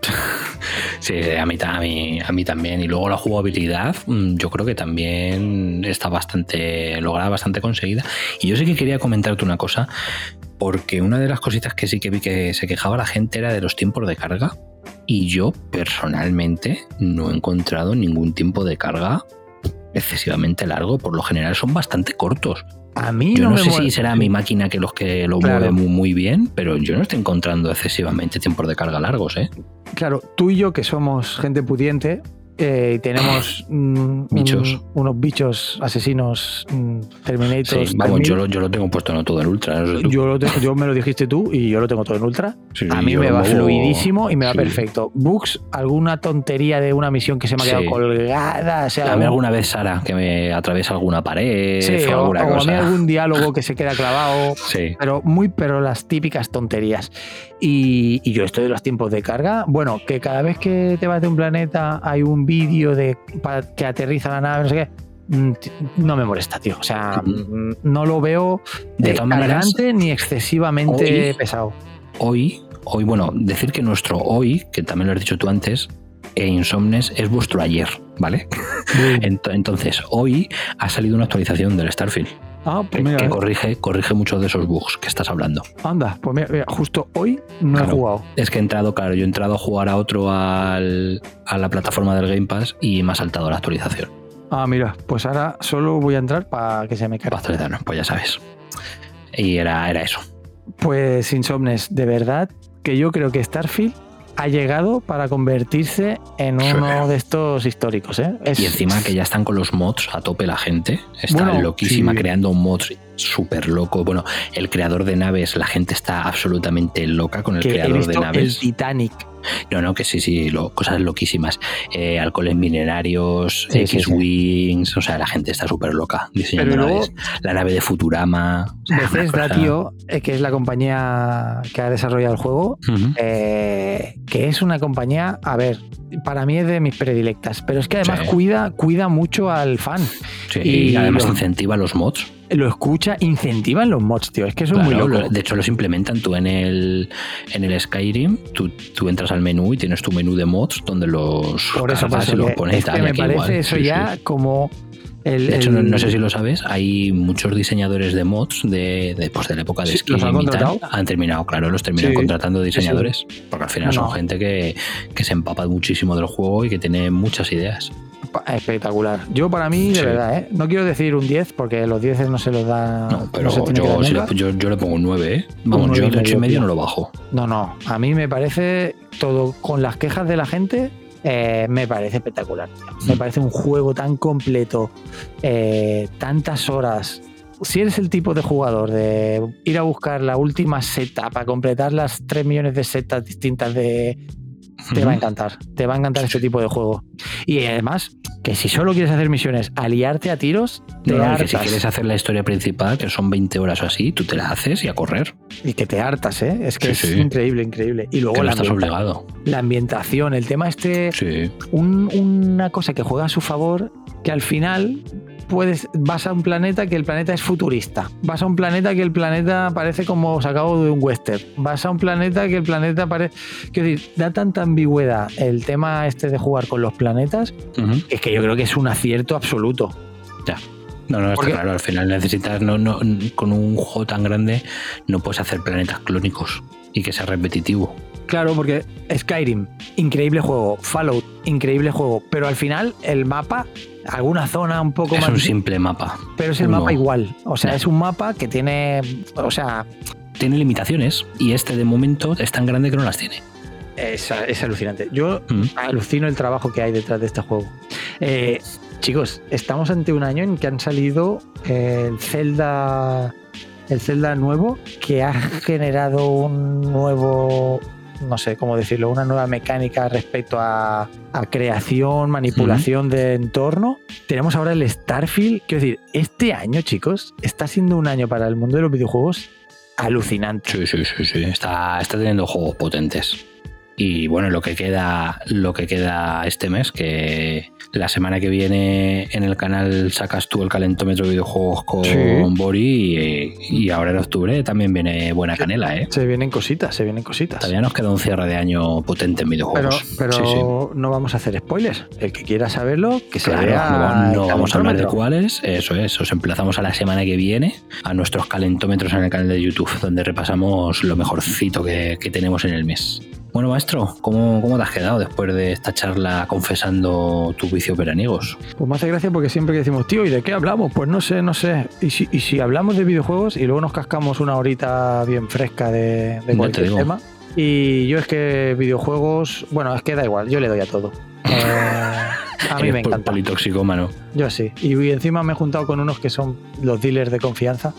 Speaker 5: Sí, a mí, ta- a, mí, a mí también. Y luego la jugabilidad, mm, yo creo que también está bastante lograda, bastante conseguida. Y yo sí que quería comentarte una cosa, porque una de las cositas que sí que vi que se quejaba la gente era de los tiempos de carga. Y yo personalmente no he encontrado ningún tiempo de carga excesivamente largo. Por lo general son bastante cortos.
Speaker 6: A mí
Speaker 5: Yo
Speaker 6: no,
Speaker 5: no,
Speaker 6: me
Speaker 5: sé
Speaker 6: muere-
Speaker 5: si será mi máquina que los que lo
Speaker 6: Claro.
Speaker 5: mueve muy, muy bien, pero yo no estoy encontrando excesivamente tiempos de carga largos, ¿eh?
Speaker 6: Claro, tú y yo que somos gente pudiente eh, y tenemos mm,
Speaker 5: Bichos.
Speaker 6: un- unos bichos asesinos mm, Terminators.
Speaker 5: Sí, vamos,
Speaker 6: tres mil.
Speaker 5: yo lo, yo lo tengo puesto no todo en ultra. No sé tú.
Speaker 6: Yo, lo tengo- yo me lo dijiste tú y yo lo tengo todo en ultra.
Speaker 5: Sí,
Speaker 6: A mí
Speaker 5: yo
Speaker 6: me
Speaker 5: lo
Speaker 6: va
Speaker 5: muevo-
Speaker 6: fluidísimo y me va
Speaker 5: sí.
Speaker 6: perfecto. Bugs, alguna tontería de una misión que se me ha quedado
Speaker 5: Sí.
Speaker 6: colgada. O sea,
Speaker 5: A mí
Speaker 6: algún-
Speaker 5: alguna vez, Sara, que me atraviesa alguna pared
Speaker 6: sí,
Speaker 5: o
Speaker 6: o,
Speaker 5: alguna
Speaker 6: o a mí
Speaker 5: cosa.
Speaker 6: algún diálogo que se queda clavado.
Speaker 5: Sí.
Speaker 6: Pero muy, pero las típicas tonterías. Y, y yo estoy de los tiempos de carga. Bueno, que cada vez que te vas de un planeta hay un vídeo de para que aterriza la nave, no sé qué. mm, t- No me molesta, tío. O sea, mm, no lo veo
Speaker 5: De
Speaker 6: eh,
Speaker 5: todas maneras,
Speaker 6: cargante ni excesivamente
Speaker 5: hoy-
Speaker 6: pesado.
Speaker 5: Hoy, hoy, bueno, decir que nuestro hoy, que también lo has dicho tú antes, e Insomnes es vuestro ayer, ¿vale? Ent- Entonces, hoy ha salido una actualización del Starfield.
Speaker 6: Ah, pues
Speaker 5: que,
Speaker 6: mira,
Speaker 5: que
Speaker 6: eh.
Speaker 5: corrige, corrige muchos de esos bugs que estás hablando.
Speaker 6: Anda, pues mira, mira, justo hoy no
Speaker 5: Claro.
Speaker 6: he jugado.
Speaker 5: Es que he entrado, claro, yo he entrado a jugar a otro al, a la plataforma del Game Pass y me ha saltado la actualización.
Speaker 6: Ah, mira, pues ahora solo voy a entrar para que se me cargue.
Speaker 5: Para actualizarnos, pues ya sabes. Y era, era eso.
Speaker 6: Pues Insomnes, de verdad que yo creo que Starfield ha llegado para convertirse en
Speaker 5: Sí.
Speaker 6: uno de estos históricos, ¿eh? Es-
Speaker 5: Y encima que ya están con los mods a tope la gente. Está
Speaker 6: Bueno,
Speaker 5: loquísima
Speaker 6: sí.
Speaker 5: creando mods súper loco. Bueno, el creador de naves, la gente está absolutamente loca con el
Speaker 6: que he
Speaker 5: creador de
Speaker 6: visto el
Speaker 5: naves.
Speaker 6: Titanic.
Speaker 5: No, no, que sí, sí, lo- cosas loquísimas. Eh, alcoholes minerarios,
Speaker 6: Sí, sí,
Speaker 5: X-Wings, o sea, la gente está súper loca diseñando
Speaker 6: Pero luego-
Speaker 5: naves. La nave de Futurama. o sea, una
Speaker 6: Bethesda,
Speaker 5: cosa-
Speaker 6: tío, eh, que es la compañía que ha desarrollado el juego,
Speaker 5: Ujú.
Speaker 6: eh, que es una compañía, a ver, para mí es de mis predilectas, pero es que además
Speaker 5: Sí.
Speaker 6: cuida, cuida mucho al fan.
Speaker 5: Sí,
Speaker 6: y
Speaker 5: y además
Speaker 6: lo-
Speaker 5: incentiva los mods.
Speaker 6: Lo escucha, incentivan los mods, tío. Es que eso es muy
Speaker 5: Claro,
Speaker 6: loco.
Speaker 5: lo- de hecho los implementan tú en el en el Skyrim, tú, tú entras al menú y tienes tu menú de mods donde los
Speaker 6: Por eso, por
Speaker 5: cargas
Speaker 6: eso,
Speaker 5: y los
Speaker 6: que-
Speaker 5: pones y
Speaker 6: es
Speaker 5: tal,
Speaker 6: que
Speaker 5: y
Speaker 6: me
Speaker 5: aquí
Speaker 6: parece
Speaker 5: igual.
Speaker 6: eso
Speaker 5: Sí,
Speaker 6: ya
Speaker 5: sí.
Speaker 6: como el,
Speaker 5: De hecho,
Speaker 6: el-
Speaker 5: no, no sé si lo sabes, hay muchos diseñadores de mods de, de, pues, de la época de
Speaker 6: Sí, ¿los han
Speaker 5: Skyrim y tal.
Speaker 6: contratado?
Speaker 5: Han terminado, claro, los terminan
Speaker 6: Sí,
Speaker 5: contratando
Speaker 6: sí,
Speaker 5: diseñadores. Porque al final
Speaker 6: No.
Speaker 5: son gente que, que se empapa muchísimo del juego y que tiene muchas ideas.
Speaker 6: pa- espectacular. Yo para mí, de
Speaker 5: Sí.
Speaker 6: verdad, ¿eh? No quiero decir un diez porque los diez no se los da.
Speaker 5: No, pero
Speaker 6: se tiene que
Speaker 5: yo,
Speaker 6: dar
Speaker 5: si
Speaker 6: nunca.
Speaker 5: le, yo, yo le pongo un nueve, ¿eh? Vamos,
Speaker 6: nueve
Speaker 5: yo
Speaker 6: y
Speaker 5: de ocho y
Speaker 6: medio,
Speaker 5: medio
Speaker 6: tío.
Speaker 5: no lo bajo.
Speaker 6: No, no. A mí me parece todo con las quejas de la gente. eh, me parece espectacular. Me
Speaker 5: Mm.
Speaker 6: parece un juego tan completo, eh, tantas horas. Si eres el tipo de jugador de ir a buscar la última seta para completar las tres millones de setas distintas de. Te va a encantar. Te va a encantar este tipo de juego. Y además, que si solo quieres hacer misiones, aliarte a tiros, te
Speaker 5: No, no, y que
Speaker 6: hartas.
Speaker 5: si quieres hacer la historia principal, que son veinte horas o así, tú te la haces y a correr.
Speaker 6: Y que te hartas, ¿eh? Es que
Speaker 5: Sí,
Speaker 6: es
Speaker 5: sí.
Speaker 6: increíble, increíble. Y luego
Speaker 5: Que no
Speaker 6: la,
Speaker 5: estás
Speaker 6: ambienta-
Speaker 5: obligado.
Speaker 6: la ambientación, el tema este.
Speaker 5: Sí.
Speaker 6: un- una cosa que juega a su favor, que al final puedes, vas a un planeta que el planeta es futurista, vas a un planeta que el planeta parece como sacado de un western, vas a un planeta que el planeta parece... Quiero decir, da tanta ambigüedad el tema este de jugar con los planetas,
Speaker 5: Ujú.
Speaker 6: es que yo creo que es un acierto absoluto.
Speaker 5: Ya. No, no, está
Speaker 6: Porque-
Speaker 5: claro. Al final necesitas, no, no, con un juego tan grande, no puedes hacer planetas clónicos y que sea repetitivo.
Speaker 6: Claro, porque Skyrim, increíble juego, Fallout, increíble juego, pero al final el mapa, alguna zona un poco
Speaker 5: Es
Speaker 6: más...
Speaker 5: un simple mapa.
Speaker 6: pero es el
Speaker 5: uno.
Speaker 6: mapa igual, o sea,
Speaker 5: Ya.
Speaker 6: es un mapa que tiene... O sea,
Speaker 5: Tiene limitaciones y este de momento es tan grande que no las tiene.
Speaker 6: Es, es alucinante. Yo
Speaker 5: Mm.
Speaker 6: alucino el trabajo que hay detrás de este juego. Eh, chicos, estamos ante un año en que han salido eh, el Zelda, el Zelda nuevo, que ha generado un nuevo, no sé cómo decirlo, una nueva mecánica respecto a, a creación, manipulación de entorno. Tenemos ahora el Starfield. Quiero decir, este año, chicos, está siendo un año para el mundo de los videojuegos alucinante.
Speaker 5: Sí, sí, sí, sí. Está, está teniendo juegos potentes. Y bueno, lo que queda, lo que queda este mes, que la semana que viene en el canal sacas tú el calentómetro de videojuegos con
Speaker 6: Sí.
Speaker 5: Bori y, y ahora en octubre también viene buena canela, ¿eh?
Speaker 6: Se vienen cositas, se vienen cositas.
Speaker 5: Todavía nos queda un cierre de año potente en
Speaker 6: Pero,
Speaker 5: videojuegos.
Speaker 6: pero
Speaker 5: Sí, sí.
Speaker 6: no vamos a hacer spoilers. El que quiera saberlo, que se
Speaker 5: Claro,
Speaker 6: vea
Speaker 5: no, no
Speaker 6: el
Speaker 5: vamos a hablar de
Speaker 6: calentómetro.
Speaker 5: cuáles, eso es, os emplazamos a la semana que viene a nuestros calentómetros en el canal de YouTube, donde repasamos lo mejorcito que, que tenemos en el mes. Bueno, maestro, ¿cómo, ¿cómo te has quedado después de esta charla confesando tus vicios veraniegos?
Speaker 6: Pues me hace gracia porque siempre que decimos, tío, ¿y de qué hablamos? Pues no sé, no sé. Y si, y si hablamos de videojuegos y luego nos cascamos una horita bien fresca de, de
Speaker 5: te
Speaker 6: cualquier
Speaker 5: digo.
Speaker 6: tema. Y yo es que videojuegos, bueno, es que da igual, yo le doy a todo. Eh, a mí
Speaker 5: Eres
Speaker 6: me
Speaker 5: pol-
Speaker 6: encanta.
Speaker 5: politoxicómano.
Speaker 6: Yo sí. Y, y encima me he juntado con unos que son los dealers de confianza.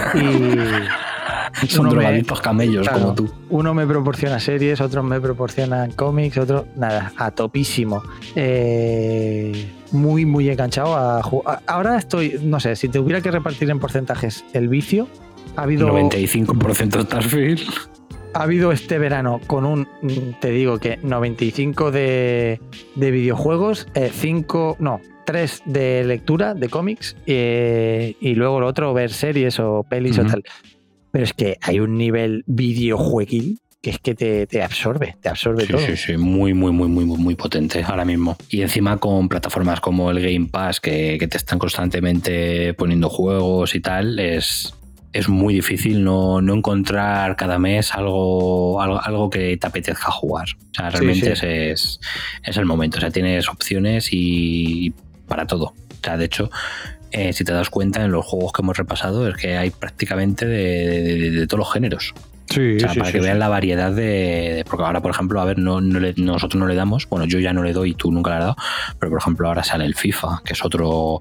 Speaker 6: Y
Speaker 5: Son
Speaker 6: uno me-
Speaker 5: drogadictos camellos
Speaker 6: Claro.
Speaker 5: como tú.
Speaker 6: Uno me proporciona series, otros me proporcionan cómics, otros nada, a topísimo. Eh, muy, muy enganchado a jugar. Ahora estoy, no sé, si tuviera que repartir en porcentajes el vicio, ha habido,
Speaker 5: noventa y cinco por ciento Starfield.
Speaker 6: ha habido este verano con un, mm, te digo que noventa y cinco de, de videojuegos, cinco, no, tres de lectura, de cómics, eh, y luego lo otro, ver series o pelis
Speaker 5: Ujú.
Speaker 6: o tal. Pero es que hay un nivel videojueguil que es que te, te absorbe, te absorbe
Speaker 5: sí,
Speaker 6: todo.
Speaker 5: Sí, sí, muy, muy, muy, muy, muy potente ahora mismo. Y encima con plataformas como el Game Pass, que, que te están constantemente poniendo juegos y tal, es, es muy difícil no, no encontrar cada mes algo, algo, algo que te apetezca jugar. O sea, realmente sí, sí. Es, es, es el momento. O sea, tienes opciones y para todo. O sea, de hecho... Eh, si te das cuenta, en los juegos que hemos repasado es que hay prácticamente de, de, de, de todos los géneros.
Speaker 6: Sí,
Speaker 5: o sea,
Speaker 6: sí,
Speaker 5: para
Speaker 6: sí,
Speaker 5: que
Speaker 6: sí.
Speaker 5: vean la variedad de, de... Porque ahora, por ejemplo, a ver, no, no le, nosotros no le damos, bueno, yo ya no le doy, tú nunca le has dado, pero por ejemplo ahora sale el FIFA, que es otro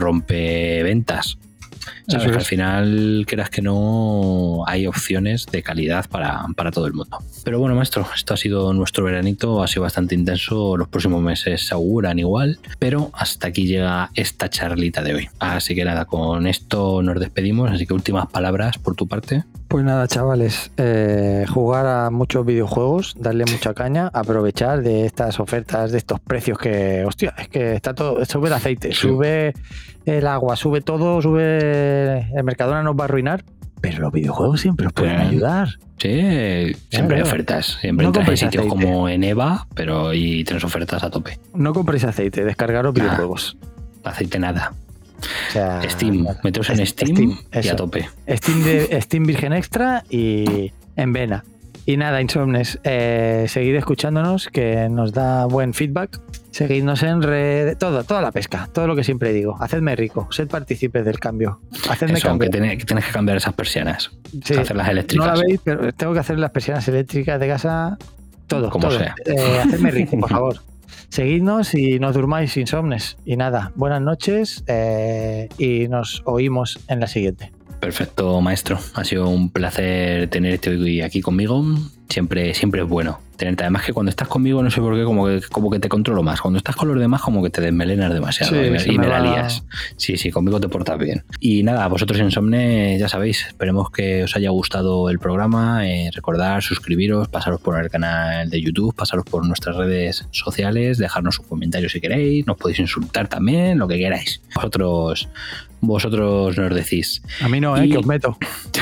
Speaker 5: rompeventas. ¿Sabes? Que al final, quieras que no, hay opciones de calidad para, para todo el mundo. Pero bueno, maestro, esto ha sido nuestro veranito, ha sido bastante intenso, los próximos meses se auguran igual, pero hasta aquí llega esta charlita de hoy. Así que nada, con esto nos despedimos, así que últimas palabras por tu parte.
Speaker 6: Pues nada, chavales, eh, jugar a muchos videojuegos, darle mucha caña, aprovechar de estas ofertas, de estos precios que, hostia, es que está todo, sube el aceite, sí. Sube el agua, sube todo, sube el Mercadona, nos va a arruinar, pero los videojuegos siempre os pueden claro. ayudar.
Speaker 5: Sí, siempre hay ofertas, siempre no entras en sitios aceite. Como en EVA, pero y tienes ofertas a tope.
Speaker 6: No compréis aceite, descargaros ah, videojuegos.
Speaker 5: Aceite nada.
Speaker 6: O sea,
Speaker 5: Steam, meteos en Steam, Steam y eso. A tope.
Speaker 6: Steam, de, Steam Virgen Extra y en vena. Y nada, Insomnes, eh, seguid escuchándonos, que nos da buen feedback. Seguidnos en red, todo, toda la pesca, todo lo que siempre digo. Hacedme rico, sed partícipes del cambio. Hacedme
Speaker 5: Eso, aunque tienes que cambiar esas persianas,
Speaker 6: sí,
Speaker 5: hacerlas eléctricas.
Speaker 6: No la veis, pero tengo que hacer las persianas eléctricas de casa, todo,
Speaker 5: como
Speaker 6: todo.
Speaker 5: sea.
Speaker 6: Eh, hacedme rico, por favor. Seguidnos y no durmáis, Insomnes. Y nada, buenas noches eh, y nos oímos en la siguiente.
Speaker 5: Perfecto, maestro. Ha sido un placer tenerte hoy aquí conmigo. Siempre, siempre es bueno tenerte. Además que cuando estás conmigo, no sé por qué, como que, como que te controlo más. Cuando estás con los demás, como que te desmelenas demasiado sí, y me, y me la lías. Sí, sí, conmigo te portas bien. Y nada, vosotros Insomne, ya sabéis, esperemos que os haya gustado el programa. Eh, recordad, suscribiros, pasaros por el canal de YouTube, pasaros por nuestras redes sociales, dejarnos un comentario si queréis, nos podéis insultar también, lo que queráis. Vosotros... Vosotros nos decís.
Speaker 6: A mí no, eh,
Speaker 5: y...
Speaker 6: que os meto.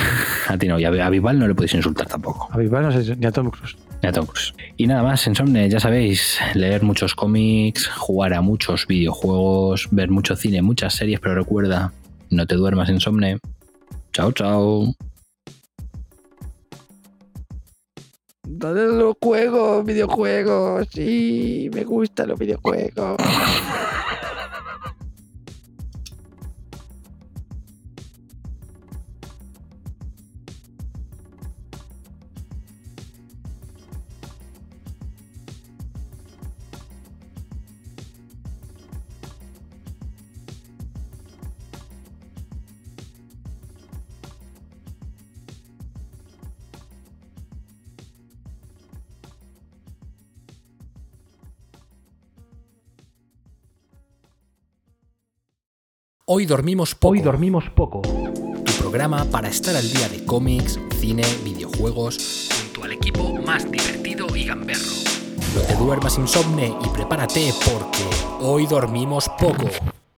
Speaker 5: A ti no, y a, a Bisbal no le podéis insultar tampoco.
Speaker 6: A Bisbal no sé, ni a Tom Cruise.
Speaker 5: Ni a Tom Cruise. Y nada más, Insomne, ya sabéis, leer muchos cómics, jugar a muchos videojuegos, ver mucho cine, muchas series, pero recuerda, no te duermas, Insomne. Chao, chao.
Speaker 6: ¿Dónde los juegos? Videojuegos, sí, me gustan los videojuegos.
Speaker 8: Hoy dormimos poco.
Speaker 9: Hoy dormimos poco.
Speaker 8: Tu programa para estar al día de cómics, cine, videojuegos, junto al equipo más divertido y gamberro. No te duermas, Insomne, y prepárate porque hoy dormimos poco.